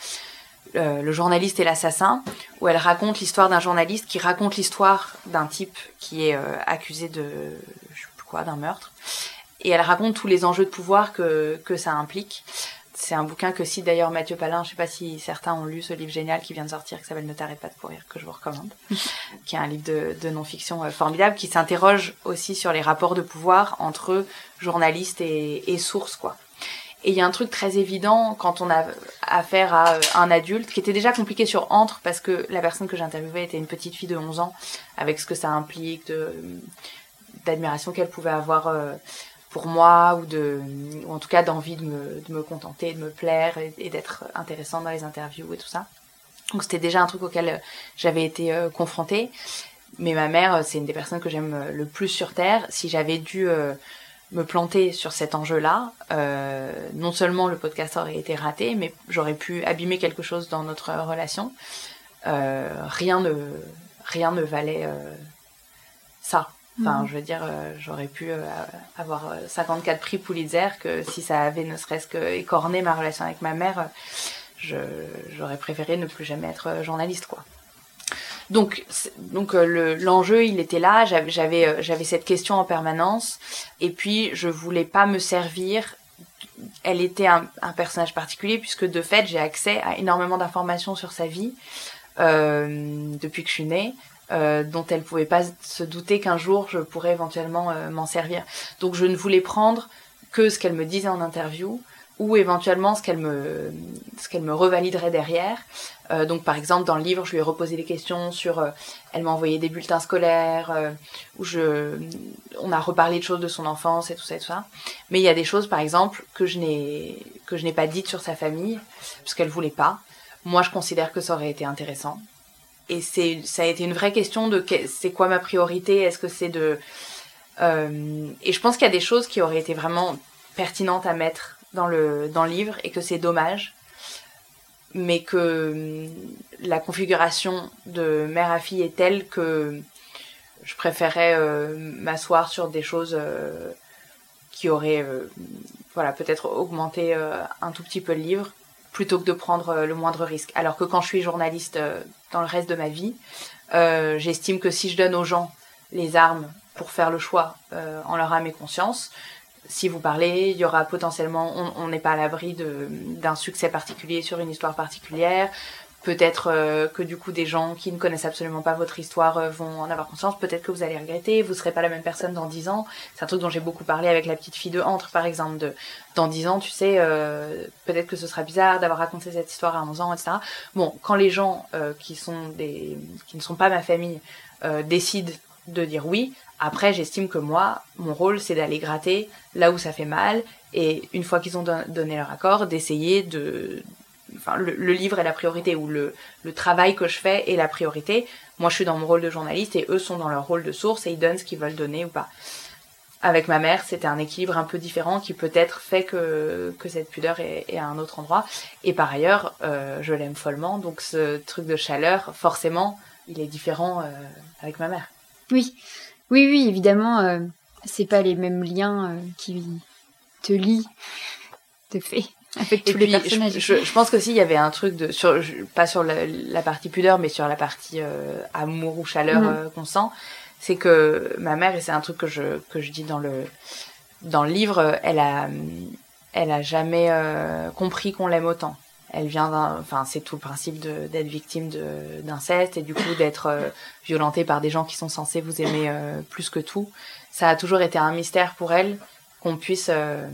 Le journaliste et l'assassin, où elle raconte l'histoire d'un journaliste qui raconte l'histoire d'un type qui est accusé de je sais plus quoi, d'un meurtre, et elle raconte tous les enjeux de pouvoir que ça implique. C'est un bouquin que cite d'ailleurs Mathieu Palin, je sais pas si certains ont lu ce livre génial qui vient de sortir, qui s'appelle Ne t'arrête pas de courir, que je vous recommande, qui est un livre de non-fiction formidable, qui s'interroge aussi sur les rapports de pouvoir entre journalistes et sources, quoi. Et il y a un truc très évident quand on a affaire à un adulte, qui était déjà compliqué sur Entre, parce que la personne que j'interviewais était une petite fille de 11 ans, avec ce que ça implique, d'admiration qu'elle pouvait avoir pour moi, ou en tout cas d'envie de me contenter, de me plaire, et d'être intéressante dans les interviews et tout ça. Donc c'était déjà un truc auquel j'avais été confrontée. Mais ma mère, c'est une des personnes que j'aime le plus sur Terre. Si j'avais dû me planter sur cet enjeu-là, non seulement le podcast aurait été raté, mais j'aurais pu abîmer quelque chose dans notre relation. Rien ne valait ça. Enfin, je veux dire, j'aurais pu avoir 54 prix Pulitzer, que si ça avait ne serait-ce que écorné ma relation avec ma mère, j'aurais préféré ne plus jamais être journaliste, quoi. Donc l'enjeu, il était là. J'avais cette question en permanence, et puis je voulais pas me servir. Elle était un personnage particulier, puisque de fait, j'ai accès à énormément d'informations sur sa vie depuis que je suis née. Dont elle pouvait pas se douter qu'un jour je pourrais éventuellement m'en servir. Donc je ne voulais prendre que ce qu'elle me disait en interview, ou éventuellement ce qu'elle me revaliderait derrière. Donc par exemple dans le livre, je lui ai reposé des questions sur elle m'a envoyé des bulletins scolaires où on a reparlé de choses de son enfance et tout ça. Mais il y a des choses par exemple que je n'ai pas dites sur sa famille parce qu'elle voulait pas. Moi, je considère que ça aurait été intéressant. Et ça a été une vraie question de c'est quoi ma priorité, est-ce que c'est de... et je pense qu'il y a des choses qui auraient été vraiment pertinentes à mettre dans le livre et que c'est dommage, mais que la configuration de mère à fille est telle que je préférais m'asseoir sur des choses qui auraient peut-être augmenté un tout petit peu le livre, plutôt que de prendre le moindre risque. Alors que quand je suis journaliste dans le reste de ma vie, j'estime que si je donne aux gens les armes pour faire le choix en leur âme et conscience, si vous parlez, il y aura potentiellement, on n'est pas à l'abri d'un succès particulier sur une histoire particulière. Peut-être que du coup des gens qui ne connaissent absolument pas votre histoire vont en avoir conscience. Peut-être que vous allez regretter, vous serez pas la même personne dans 10 ans. C'est un truc dont j'ai beaucoup parlé avec la petite fille de Entre, par exemple. Dans 10 ans, tu sais, peut-être que ce sera bizarre d'avoir raconté cette histoire à 11 ans, etc. Bon, quand les gens qui ne sont pas ma famille décident de dire oui, après j'estime que moi, mon rôle c'est d'aller gratter là où ça fait mal, et une fois qu'ils ont donné leur accord, d'essayer Enfin, le livre est la priorité, ou le travail que je fais est la priorité. Moi, je suis dans mon rôle de journaliste et eux sont dans leur rôle de source et ils donnent ce qu'ils veulent donner ou pas. Avec ma mère, c'était un équilibre un peu différent qui peut-être fait que cette pudeur est à un autre endroit. Et par ailleurs, je l'aime follement, donc ce truc de chaleur, forcément, il est différent avec ma mère. Oui, évidemment, c'est pas les mêmes liens qui te lient de fait. Avec tous les personnages. Je pense qu'aussi il y avait un truc pas sur la partie pudeur, mais sur la partie amour ou chaleur qu'on sent. C'est que ma mère, et c'est un truc que je dis dans le livre, elle a jamais compris qu'on l'aime autant. Elle vient c'est tout le principe d'être victime d'inceste et du coup d'être violentée par des gens qui sont censés vous aimer plus que tout. Ça a toujours été un mystère pour elle qu'on puisse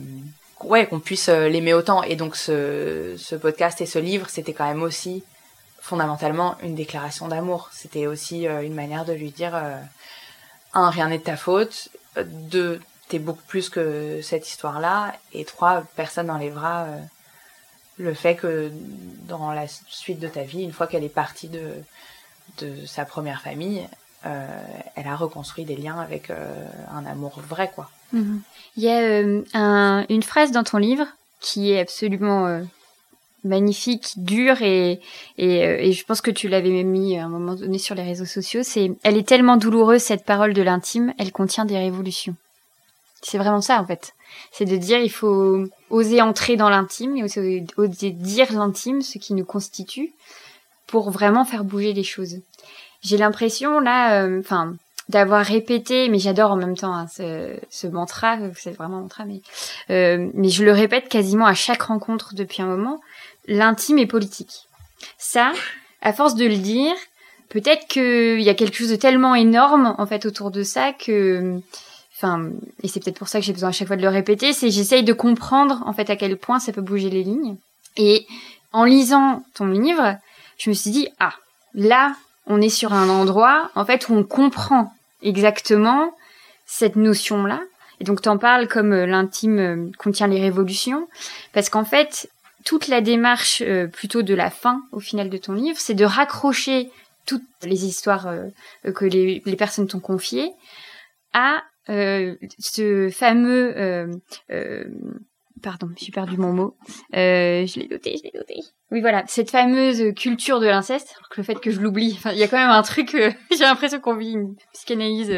l'aimer autant. Et donc ce podcast et ce livre, c'était quand même aussi fondamentalement une déclaration d'amour. C'était aussi une manière de lui dire 1, rien n'est de ta faute, 2, t'es beaucoup plus que cette histoire-là, et 3, personne n'enlèvera le fait que dans la suite de ta vie, une fois qu'elle est partie de sa première famille, elle a reconstruit des liens avec un amour vrai, quoi. Il y a une phrase dans ton livre qui est absolument magnifique, dure et je pense que tu l'avais même mis à un moment donné sur les réseaux sociaux. C'est « Elle est tellement douloureuse, cette parole de l'intime, elle contient des révolutions ». C'est vraiment ça, en fait. C'est de dire il faut oser entrer dans l'intime et oser dire l'intime, ce qui nous constitue, pour vraiment faire bouger les choses. J'ai l'impression, là, d'avoir répété, mais j'adore en même temps hein, ce mantra, c'est vraiment un mantra, mais je le répète quasiment à chaque rencontre depuis un moment, l'intime est politique. Ça, à force de le dire, peut-être qu'il y a quelque chose de tellement énorme en fait autour de ça que, et c'est peut-être pour ça que j'ai besoin à chaque fois de le répéter, c'est j'essaye de comprendre en fait à quel point ça peut bouger les lignes. Et en lisant ton livre, je me suis dit là, on est sur un endroit en fait où on comprend exactement cette notion-là. Et donc, t'en parles comme l'intime contient les révolutions. Parce qu'en fait, toute la démarche plutôt de la fin, au final de ton livre, c'est de raccrocher toutes les histoires que les personnes t'ont confiées à ce fameux pardon, j'ai perdu mon mot. Je l'ai noté. Oui, voilà, cette fameuse culture de l'inceste. Alors que le fait que je l'oublie, enfin, il y a quand même un truc. J'ai l'impression qu'on vit une psychanalyse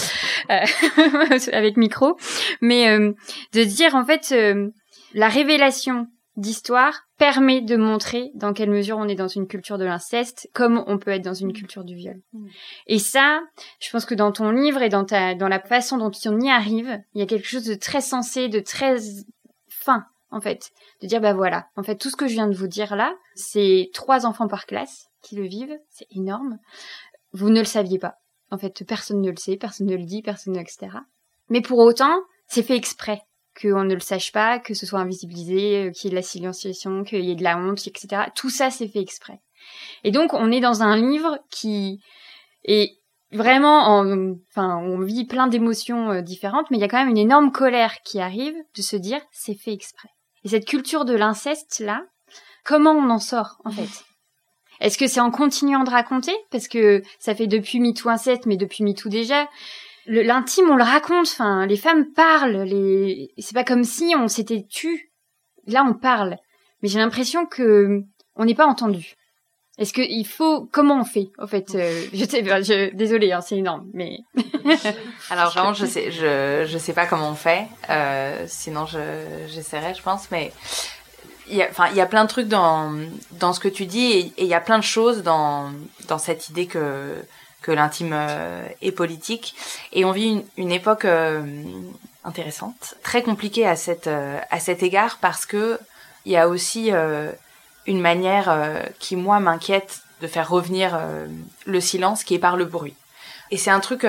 avec micro, mais de dire en fait la révélation d'histoire permet de montrer dans quelle mesure on est dans une culture de l'inceste, comme on peut être dans une culture du viol. Et ça, je pense que dans ton livre et dans la façon dont on y arrive, il y a quelque chose de très sensé, de très fin, en fait. De dire, bah voilà, en fait, tout ce que je viens de vous dire là, c'est 3 enfants par classe qui le vivent, c'est énorme. Vous ne le saviez pas. En fait, personne ne le sait, personne ne le dit, etc. Mais pour autant, c'est fait exprès qu'on ne le sache pas, que ce soit invisibilisé, qu'il y ait de la silenciation, qu'il y ait de la honte, etc. Tout ça, c'est fait exprès. Et donc, on est dans un livre qui est vraiment, on vit plein d'émotions différentes, mais il y a quand même une énorme colère qui arrive de se dire, c'est fait exprès. Et cette culture de l'inceste, là, comment on en sort, en fait? Est-ce que c'est en continuant de raconter? Parce que ça fait depuis MeToo inceste, mais depuis MeToo déjà. L'intime, on le raconte, enfin, les femmes parlent, c'est pas comme si on s'était tu. Là, on parle. Mais j'ai l'impression que on n'est pas entendu. Est-ce que comment on fait, en fait? Désolée, hein, c'est énorme, mais. Alors, vraiment, je sais pas comment on fait. Sinon, j'essaierai, je pense, mais. Il y a plein de trucs dans ce que tu dis et il y a plein de choses dans cette idée que l'intime est politique, et on vit une époque intéressante, très compliquée à cet égard, parce que il y a aussi une manière qui moi m'inquiète de faire revenir le silence, qui est par le bruit. Et c'est un truc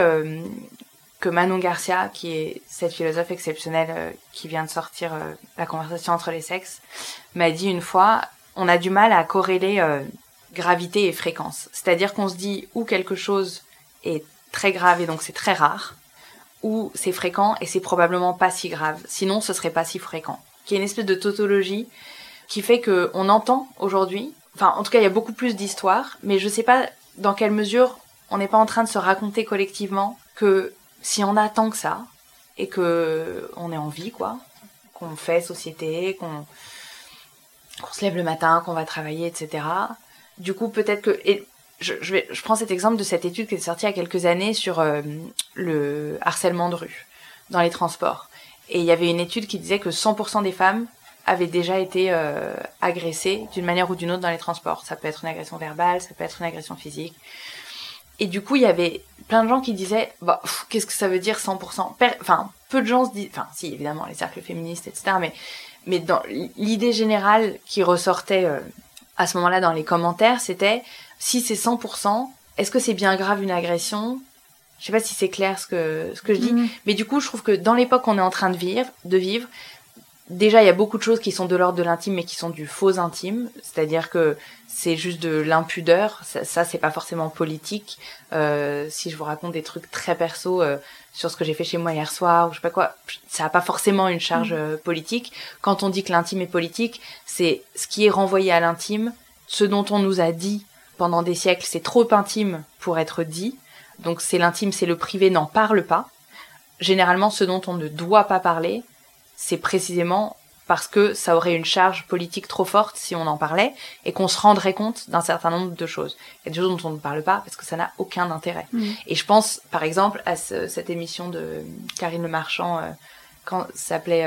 que Manon Garcia, qui est cette philosophe exceptionnelle qui vient de sortir La conversation entre les sexes, m'a dit une fois, on a du mal à corréler gravité et fréquence. C'est-à-dire qu'on se dit ou quelque chose est très grave et donc c'est très rare, ou c'est fréquent et c'est probablement pas si grave, sinon ce serait pas si fréquent. Qui est une espèce de tautologie qui fait que on entend aujourd'hui, enfin en tout cas il y a beaucoup plus d'histoires, mais je sais pas dans quelle mesure on n'est pas en train de se raconter collectivement que si on attend que ça, et que on est en vie, quoi, qu'on fait société, qu'on se lève le matin, qu'on va travailler, etc. Du coup, peut-être que... Et je prends cet exemple de cette étude qui est sortie il y a quelques années sur le harcèlement de rue dans les transports. Et il y avait une étude qui disait que 100% des femmes avaient déjà été agressées d'une manière ou d'une autre dans les transports. Ça peut être une agression verbale, ça peut être une agression physique. Et du coup, il y avait plein de gens qui disaient, qu'est-ce que ça veut dire 100%? Enfin, peu de gens se disent, enfin, si, évidemment, les cercles féministes, etc., mais dans l'idée générale qui ressortait à ce moment-là dans les commentaires, c'était, si c'est 100%, est-ce que c'est bien grave une agression? Je sais pas si c'est clair ce que je dis, mais du coup, je trouve que dans l'époque qu'on est en train de vivre, déjà, il y a beaucoup de choses qui sont de l'ordre de l'intime, mais qui sont du faux intime. C'est-à-dire que c'est juste de l'impudeur. Ça c'est pas forcément politique. Si je vous raconte des trucs très perso sur ce que j'ai fait chez moi hier soir, ou je sais pas quoi, ça a pas forcément une charge politique. Quand on dit que l'intime est politique, c'est ce qui est renvoyé à l'intime, ce dont on nous a dit pendant des siècles, c'est trop intime pour être dit. Donc c'est l'intime, c'est le privé, n'en parle pas. Généralement, ce dont on ne doit pas parler, c'est précisément parce que ça aurait une charge politique trop forte si on en parlait et qu'on se rendrait compte d'un certain nombre de choses. Il y a des choses dont on ne parle pas parce que ça n'a aucun intérêt. Et je pense, par exemple, à cette émission de Karine Le Marchand, quand ça s'appelait...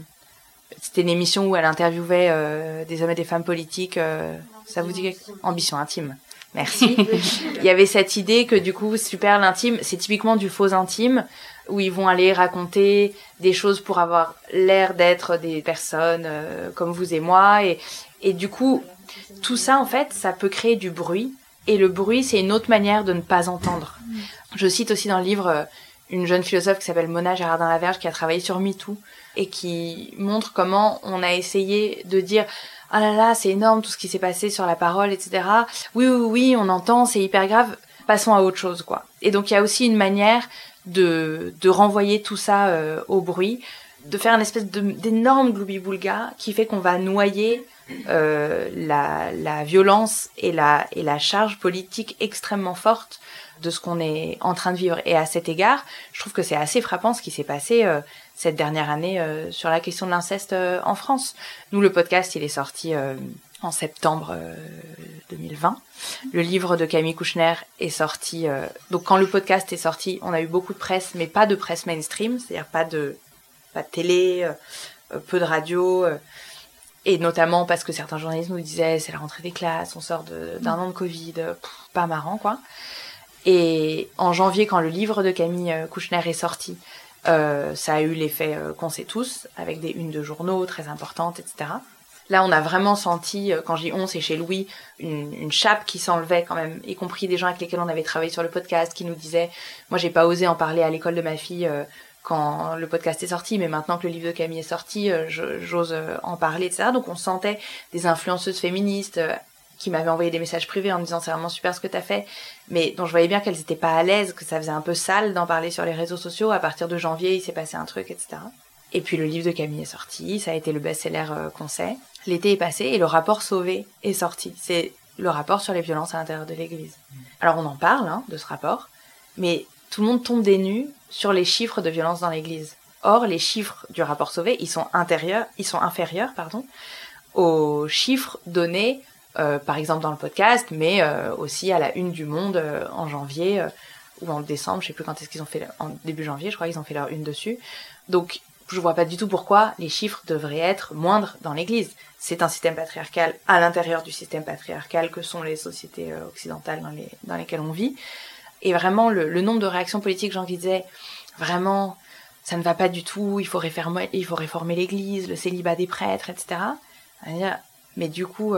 c'était une émission où elle interviewait des hommes et des femmes politiques. Ça vous dit quelque chose ? Ambition intime. Merci. Il y avait cette idée que du coup, super, l'intime, c'est typiquement du faux intime, où ils vont aller raconter des choses pour avoir l'air d'être des personnes comme vous et moi. Et du coup, tout ça, en fait, ça peut créer du bruit. Et le bruit, c'est une autre manière de ne pas entendre. Je cite aussi dans le livre une jeune philosophe qui s'appelle Mona Gérardin-Laverge, qui a travaillé sur MeToo, et qui montre comment on a essayé de dire... Ah là là, c'est énorme tout ce qui s'est passé sur la parole, etc. Oui, on entend, c'est hyper grave. Passons à autre chose, quoi. Et donc, il y a aussi une manière de renvoyer tout ça au bruit, de faire une espèce d'énorme gloubi-boulga qui fait qu'on va noyer la violence et la charge politique extrêmement forte de ce qu'on est en train de vivre. Et à cet égard, je trouve que c'est assez frappant ce qui s'est passé cette dernière année sur la question de l'inceste en France. Nous, le podcast, il est sorti en septembre 2020. Le livre de Camille Kouchner est sorti... donc quand le podcast est sorti, on a eu beaucoup de presse, mais pas de presse mainstream, c'est-à-dire pas de télé, peu de radio... Et notamment parce que certains journalistes nous disaient c'est la rentrée des classes, on sort d'un an de Covid, pas marrant quoi. Et en janvier, quand le livre de Camille Kouchner est sorti, ça a eu l'effet qu'on sait tous, avec des unes de journaux très importantes, etc. Là, on a vraiment senti, quand j'ai 11 et chez Louis, une chape qui s'enlevait quand même, y compris des gens avec lesquels on avait travaillé sur le podcast, qui nous disaient « Moi, j'ai pas osé en parler à l'école de ma fille quand le podcast est sorti, mais maintenant que le livre de Camille est sorti, j'ose en parler, etc. » Donc, on sentait des influenceuses féministes qui m'avaient envoyé des messages privés en me disant « C'est vraiment super ce que t'as fait », mais dont je voyais bien qu'elles étaient pas à l'aise, que ça faisait un peu sale d'en parler sur les réseaux sociaux. À partir de janvier, il s'est passé un truc, etc. Et puis le livre de Camille est sorti, ça a été le best-seller qu'on sait. L'été est passé et le rapport Sauvé est sorti. C'est le rapport sur les violences à l'intérieur de l'Église. Alors on en parle de ce rapport, mais tout le monde tombe des nues sur les chiffres de violences dans l'Église. Or, les chiffres du rapport Sauvé, ils sont inférieurs, aux chiffres donnés, par exemple dans le podcast, mais aussi à la une du Monde en janvier ou en décembre, je sais plus quand est-ce qu'ils ont fait, en début janvier, je crois qu'ils ont fait leur une dessus. Donc, je vois pas du tout pourquoi les chiffres devraient être moindres dans l'Église. C'est un système patriarcal à l'intérieur du système patriarcal que sont les sociétés occidentales dans lesquelles on vit. Et vraiment, le nombre de réactions politiques, gens qui disaient vraiment, ça ne va pas du tout, il faut réformer l'Église, le célibat des prêtres, etc. Mais du coup,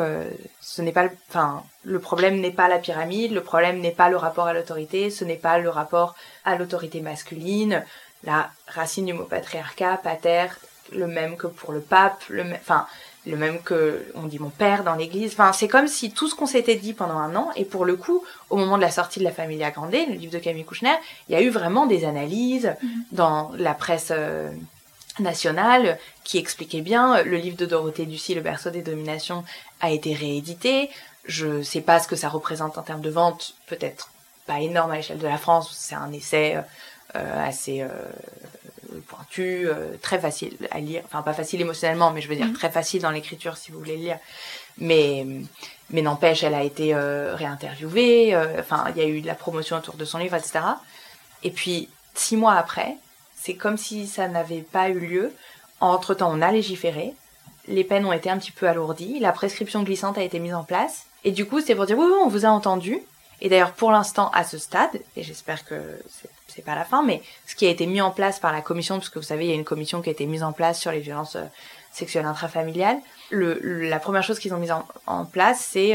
le problème n'est pas la pyramide, le problème n'est pas le rapport à l'autorité, ce n'est pas le rapport à l'autorité masculine. La racine du mot patriarcat, pater, le même que pour le pape, le même que on dit mon père dans l'église. Enfin, c'est comme si tout ce qu'on s'était dit pendant un an, et pour le coup, au moment de la sortie de La Familia Grande, le livre de Camille Kouchner, il y a eu vraiment des analyses dans la presse nationale qui expliquaient bien. Le livre de Dorothée Ducy, Le berceau des dominations, a été réédité. Je sais pas ce que ça représente en termes de vente, peut-être pas énorme à l'échelle de la France, c'est un essai assez pointu, très facile à lire, enfin pas facile émotionnellement, mais je veux dire très facile dans l'écriture si vous voulez le lire, mais n'empêche, elle a été réinterviewée, il y a eu de la promotion autour de son livre, etc. Et puis 6 mois après, c'est comme si ça n'avait pas eu lieu. Entre-temps, on a légiféré, les peines ont été un petit peu alourdies, la prescription glissante a été mise en place, et du coup c'est pour dire oui, on vous a entendu. Et d'ailleurs, pour l'instant, à ce stade, et j'espère que c'est pas la fin, mais ce qui a été mis en place par la commission, parce que vous savez, il y a une commission qui a été mise en place sur les violences sexuelles intrafamiliales. La première chose qu'ils ont mise en place, c'est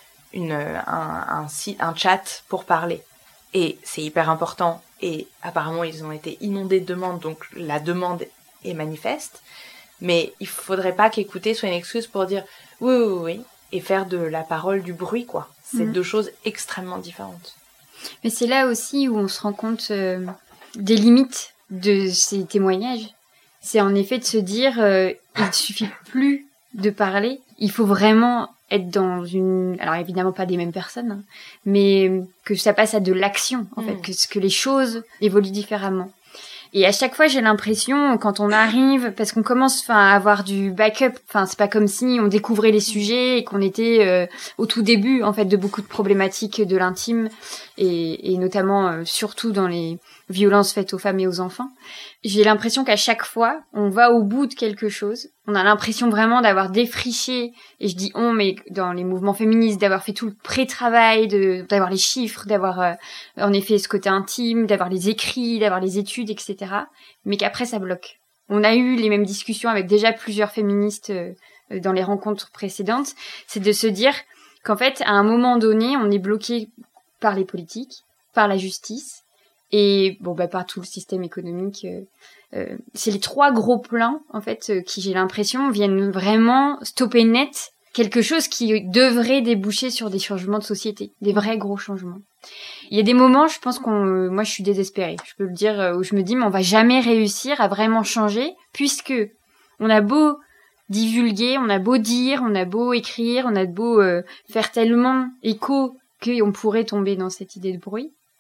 un chat pour parler. Et c'est hyper important. Et apparemment, ils ont été inondés de demandes, donc la demande est manifeste. Mais il faudrait pas qu'écouter soit une excuse pour dire oui, et faire de la parole du bruit, quoi. C'est deux choses extrêmement différentes. Mais c'est là aussi où on se rend compte des limites de ces témoignages. C'est en effet de se dire, il ne suffit plus de parler. Il faut vraiment être dans une... Alors évidemment pas des mêmes personnes, hein, mais que ça passe à de l'action, en fait, que les choses évoluent différemment. Et à chaque fois, j'ai l'impression, quand on arrive, parce qu'on commence à avoir du backup, c'est pas comme si on découvrait les sujets et qu'on était au tout début, en fait, de beaucoup de problématiques de l'intime, et notamment, surtout dans les violences faites aux femmes et aux enfants. J'ai l'impression qu'à chaque fois, on va au bout de quelque chose. On a l'impression vraiment d'avoir défriché, et je dis on, mais dans les mouvements féministes, d'avoir fait tout le pré-travail, d'avoir les chiffres, d'avoir en effet ce côté intime, d'avoir les écrits, d'avoir les études, etc. Mais qu'après ça bloque. On a eu les mêmes discussions avec déjà plusieurs féministes dans les rencontres précédentes. C'est de se dire qu'en fait, à un moment donné, on est bloqué par les politiques, par la justice, et par tout le système économique. C'est les 3 gros plans, en fait, qui, j'ai l'impression, viennent vraiment stopper net quelque chose qui devrait déboucher sur des changements de société, des vrais gros changements. Il y a des moments, je pense moi je suis désespérée, je peux le dire, où je me dis mais on va jamais réussir à vraiment changer, puisque on a beau divulguer, on a beau dire, on a beau écrire, on a beau faire tellement écho qu'on pourrait tomber dans cette idée de bruit.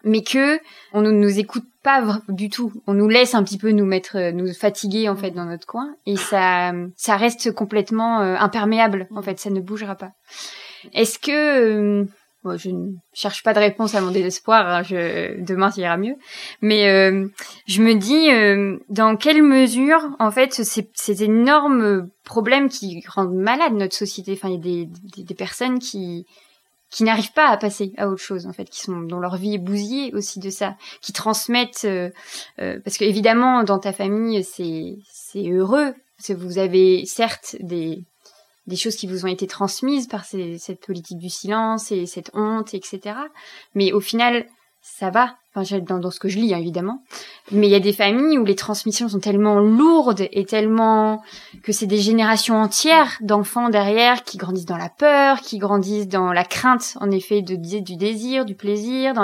mais que on ne nous écoute pas du tout. On nous laisse un petit peu nous fatiguer en fait dans notre coin, et ça reste complètement imperméable en fait, ça ne bougera pas. Est-ce que bon, je ne cherche pas de réponse à mon désespoir, hein, demain ça ira mieux, mais je me dis dans quelle mesure en fait ces énormes problèmes qui rendent malade notre société, enfin il y a des personnes qui n'arrivent pas à passer à autre chose en fait, dont leur vie est bousillée aussi de ça, qui transmettent parce que évidemment dans ta famille c'est heureux, parce que vous avez certes des choses qui vous ont été transmises par cette politique du silence et cette honte, etc. Mais au final, ça va. Enfin, dans ce que je lis, hein, évidemment. Mais il y a des familles où les transmissions sont tellement lourdes et tellement que c'est des générations entières d'enfants derrière qui grandissent dans la peur, qui grandissent dans la crainte, en effet, du désir, du plaisir,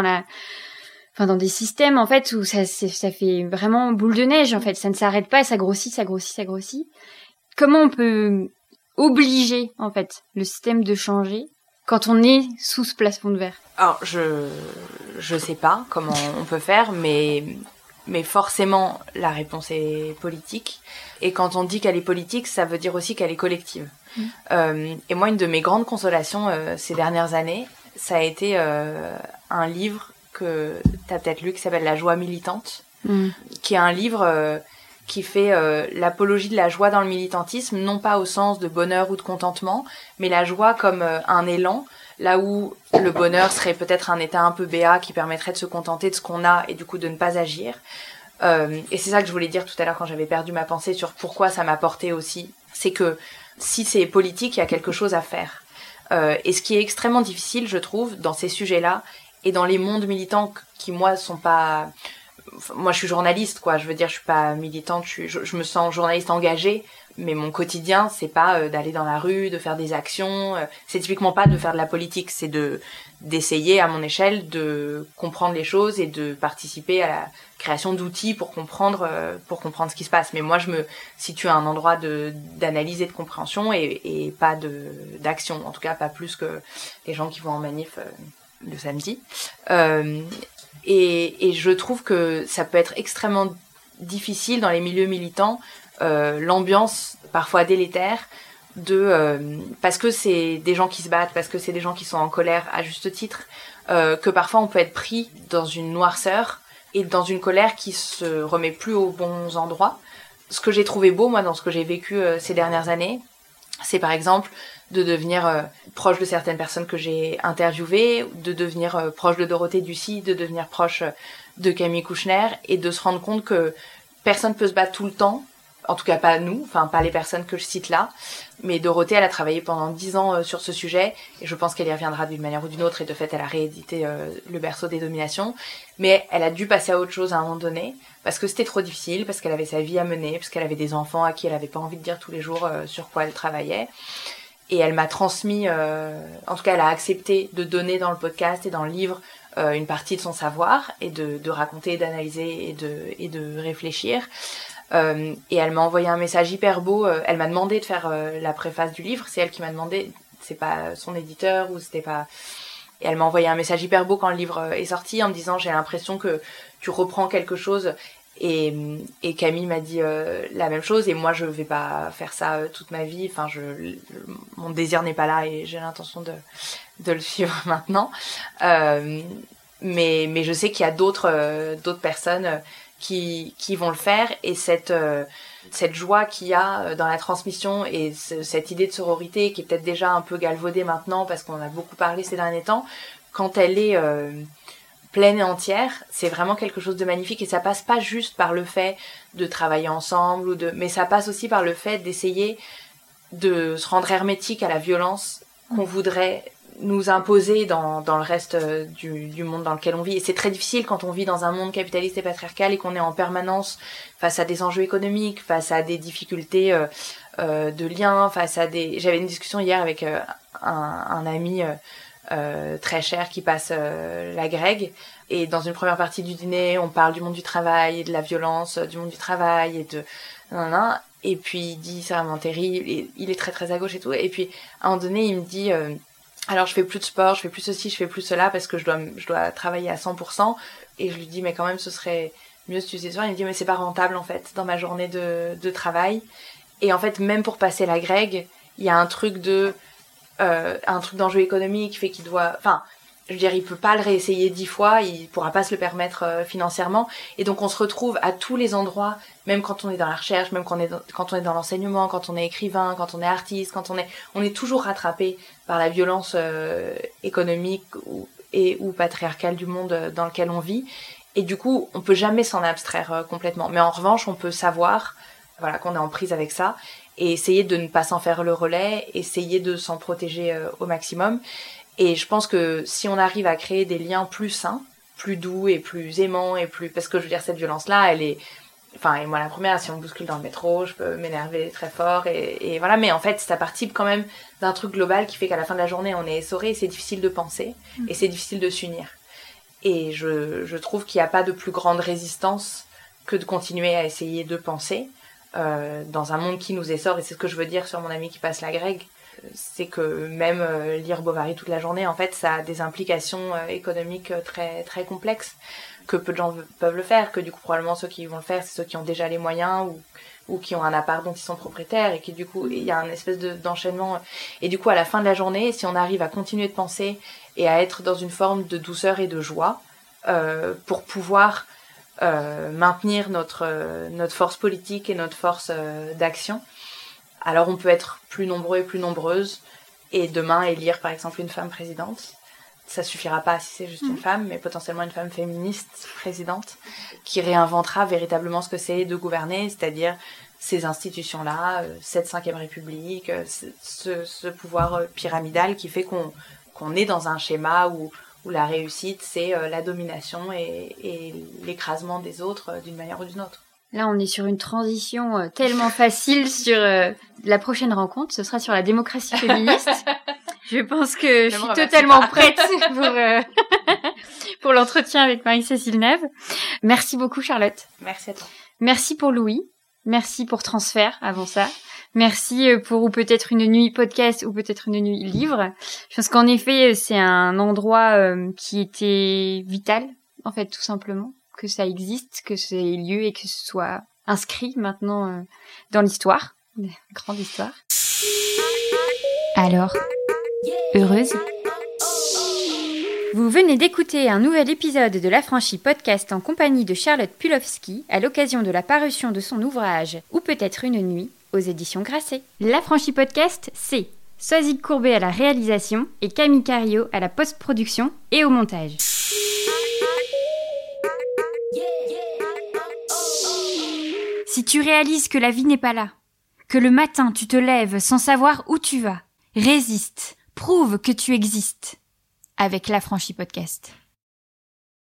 dans des systèmes, en fait, où ça fait vraiment boule de neige, en fait. Ça ne s'arrête pas, ça grossit, ça grossit, ça grossit. Comment on peut obliger, en fait, le système de changer quand on est sous ce plafond de verre? Alors, je sais pas comment on peut faire, mais forcément, la réponse est politique. Et quand on dit qu'elle est politique, ça veut dire aussi qu'elle est collective. Et moi, une de mes grandes consolations ces dernières années, ça a été un livre que t'as peut-être lu, qui s'appelle La joie militante, qui est un livre qui fait l'apologie de la joie dans le militantisme, non pas au sens de bonheur ou de contentement, mais la joie comme un élan, là où le bonheur serait peut-être un état un peu béat qui permettrait de se contenter de ce qu'on a et du coup de ne pas agir. Et c'est ça que je voulais dire tout à l'heure quand j'avais perdu ma pensée sur pourquoi ça m'a porté aussi. C'est que si c'est politique, il y a quelque chose à faire. Et ce qui est extrêmement difficile, je trouve, dans ces sujets-là et dans les mondes militants qui, moi, sont pas... Moi, je suis journaliste, quoi. Je veux dire, je suis pas militante, je me sens journaliste engagée, mais mon quotidien, c'est pas d'aller dans la rue, de faire des actions. C'est typiquement pas de faire de la politique, c'est d'essayer, à mon échelle, de comprendre les choses et de participer à la création d'outils pour comprendre ce qui se passe. Mais moi, je me situe à un endroit d'analyse et de compréhension et pas d'action. En tout cas, pas plus que les gens qui vont en manif le samedi. Et je trouve que ça peut être extrêmement difficile dans les milieux militants, l'ambiance parfois délétère parce que c'est des gens qui se battent, parce que c'est des gens qui sont en colère à juste titre, que parfois on peut être pris dans une noirceur et dans une colère qui se remet plus aux bons endroits. Ce que j'ai trouvé beau, moi, dans ce que j'ai vécu ces dernières années, c'est par exemple de devenir proche de certaines personnes que j'ai interviewées, de devenir proche de Dorothée Ducy, de devenir proche de Camille Kouchner, et de se rendre compte que personne peut se battre tout le temps, en tout cas pas nous, enfin pas les personnes que je cite là, mais Dorothée, elle a travaillé pendant 10 ans sur ce sujet, et je pense qu'elle y reviendra d'une manière ou d'une autre, et de fait elle a réédité Le berceau des dominations, mais elle a dû passer à autre chose à un moment donné, parce que c'était trop difficile, parce qu'elle avait sa vie à mener, parce qu'elle avait des enfants à qui elle avait pas envie de dire tous les jours sur quoi elle travaillait. Et elle m'a transmis, en tout cas elle a accepté de donner dans le podcast et dans le livre une partie de son savoir, et de raconter, d'analyser et de réfléchir. Et elle m'a envoyé un message hyper beau, elle m'a demandé de faire la préface du livre, c'est elle qui m'a demandé, c'est pas son éditeur ou c'était pas... Et elle m'a envoyé un message hyper beau quand le livre est sorti en me disant j'ai l'impression que tu reprends quelque chose. Et Camille m'a dit la même chose, et moi je vais pas faire ça toute ma vie, enfin mon désir n'est pas là et j'ai l'intention de le suivre maintenant, mais je sais qu'il y a d'autres personnes qui vont le faire, et cette joie qu'il y a dans la transmission et cette idée de sororité qui est peut-être déjà un peu galvaudée maintenant parce qu'on en a beaucoup parlé ces derniers temps, quand elle est pleine et entière, c'est vraiment quelque chose de magnifique, et ça passe pas juste par le fait de travailler ensemble mais ça passe aussi par le fait d'essayer de se rendre hermétique à la violence qu'on voudrait nous imposer dans le reste du monde dans lequel on vit. Et c'est très difficile quand on vit dans un monde capitaliste et patriarcal et qu'on est en permanence face à des enjeux économiques, face à des difficultés de liens, J'avais une discussion hier avec un ami très cher qui passe la Greg, et dans une première partie du dîner on parle du monde du travail et de la violence du monde du travail et de et puis il dit c'est vraiment terrible, et il est très très à gauche et tout, et puis à un moment donné il me dit alors je fais plus de sport, je fais plus ceci, je fais plus cela parce que je dois travailler à 100%. Et je lui dis mais quand même ce serait mieux si tu faisais ça. Il me dit mais c'est pas rentable en fait dans ma journée de travail. Et en fait même pour passer la grègue, il y a un truc d'enjeu économique qui fait qu'il doit, enfin je veux dire, il peut pas le réessayer 10 fois, il pourra pas se le permettre financièrement. Et donc on se retrouve à tous les endroits, même quand on est dans la recherche, même quand on est dans l'enseignement, quand on est écrivain, quand on est artiste, on est toujours rattrapé par la violence économique ou patriarcale du monde dans lequel on vit. Et du coup, on peut jamais s'en abstraire complètement. Mais en revanche, on peut savoir, voilà, qu'on est en prise avec ça et essayer de ne pas s'en faire le relais, essayer de s'en protéger au maximum. Et je pense que si on arrive à créer des liens plus sains, plus doux et plus aimants et plus, parce que je veux dire, cette violence-là, elle est, enfin, et moi la première, si on me bouscule dans le métro, je peux m'énerver très fort et voilà. Mais en fait, ça participe quand même d'un truc global qui fait qu'à la fin de la journée, on est essoré et c'est difficile de penser et c'est difficile de s'unir. Et je trouve qu'il n'y a pas de plus grande résistance que de continuer à essayer de penser dans un monde qui nous essore. Et c'est ce que je veux dire sur mon ami qui passe la grègue. C'est que même lire Bovary toute la journée, en fait, ça a des implications économiques très, très complexes, que peu de gens peuvent le faire, que du coup, probablement, ceux qui vont le faire, c'est ceux qui ont déjà les moyens ou qui ont un appart dont ils sont propriétaires et qui, du coup, il y a un espèce d'enchaînement. Et du coup, à la fin de la journée, si on arrive à continuer de penser et à être dans une forme de douceur et de joie, pour pouvoir maintenir notre force politique et notre force d'action, alors on peut être plus nombreux et plus nombreuses et demain élire par exemple une femme présidente. Ça suffira pas si c'est juste une femme, mais potentiellement une femme féministe présidente qui réinventera véritablement ce que c'est de gouverner, c'est-à-dire ces institutions-là, cette 5e République, ce pouvoir pyramidal qui fait qu'on est dans un schéma où la réussite c'est la domination et l'écrasement des autres d'une manière ou d'une autre. Là, on est sur une transition tellement facile sur la prochaine rencontre. Ce sera sur la démocratie féministe. Je pense que je suis totalement prête pour l'entretien avec Marie-Cécile Neuve. Merci beaucoup, Charlotte. Merci à toi. Merci pour Louis. Merci pour Transfert, avant ça. Merci pour ou peut-être une nuit podcast ou peut-être une nuit livre. Je pense qu'en effet, c'est un endroit qui était vital, en fait, tout simplement. Que ça existe, que ça ait lieu et que ce soit inscrit maintenant dans l'histoire, la grande histoire. Alors, heureuse ? Vous venez d'écouter un nouvel épisode de l'Affranchi podcast en compagnie de Charlotte Pulowski à l'occasion de la parution de son ouvrage « Ou peut-être une nuit » aux éditions Grasset. L'Affranchi podcast, c'est Soazic Courbet à la réalisation et Camille Cario à la post-production et au montage. Si tu réalises que la vie n'est pas là, que le matin tu te lèves sans savoir où tu vas, résiste, prouve que tu existes avec l'Affranchi podcast.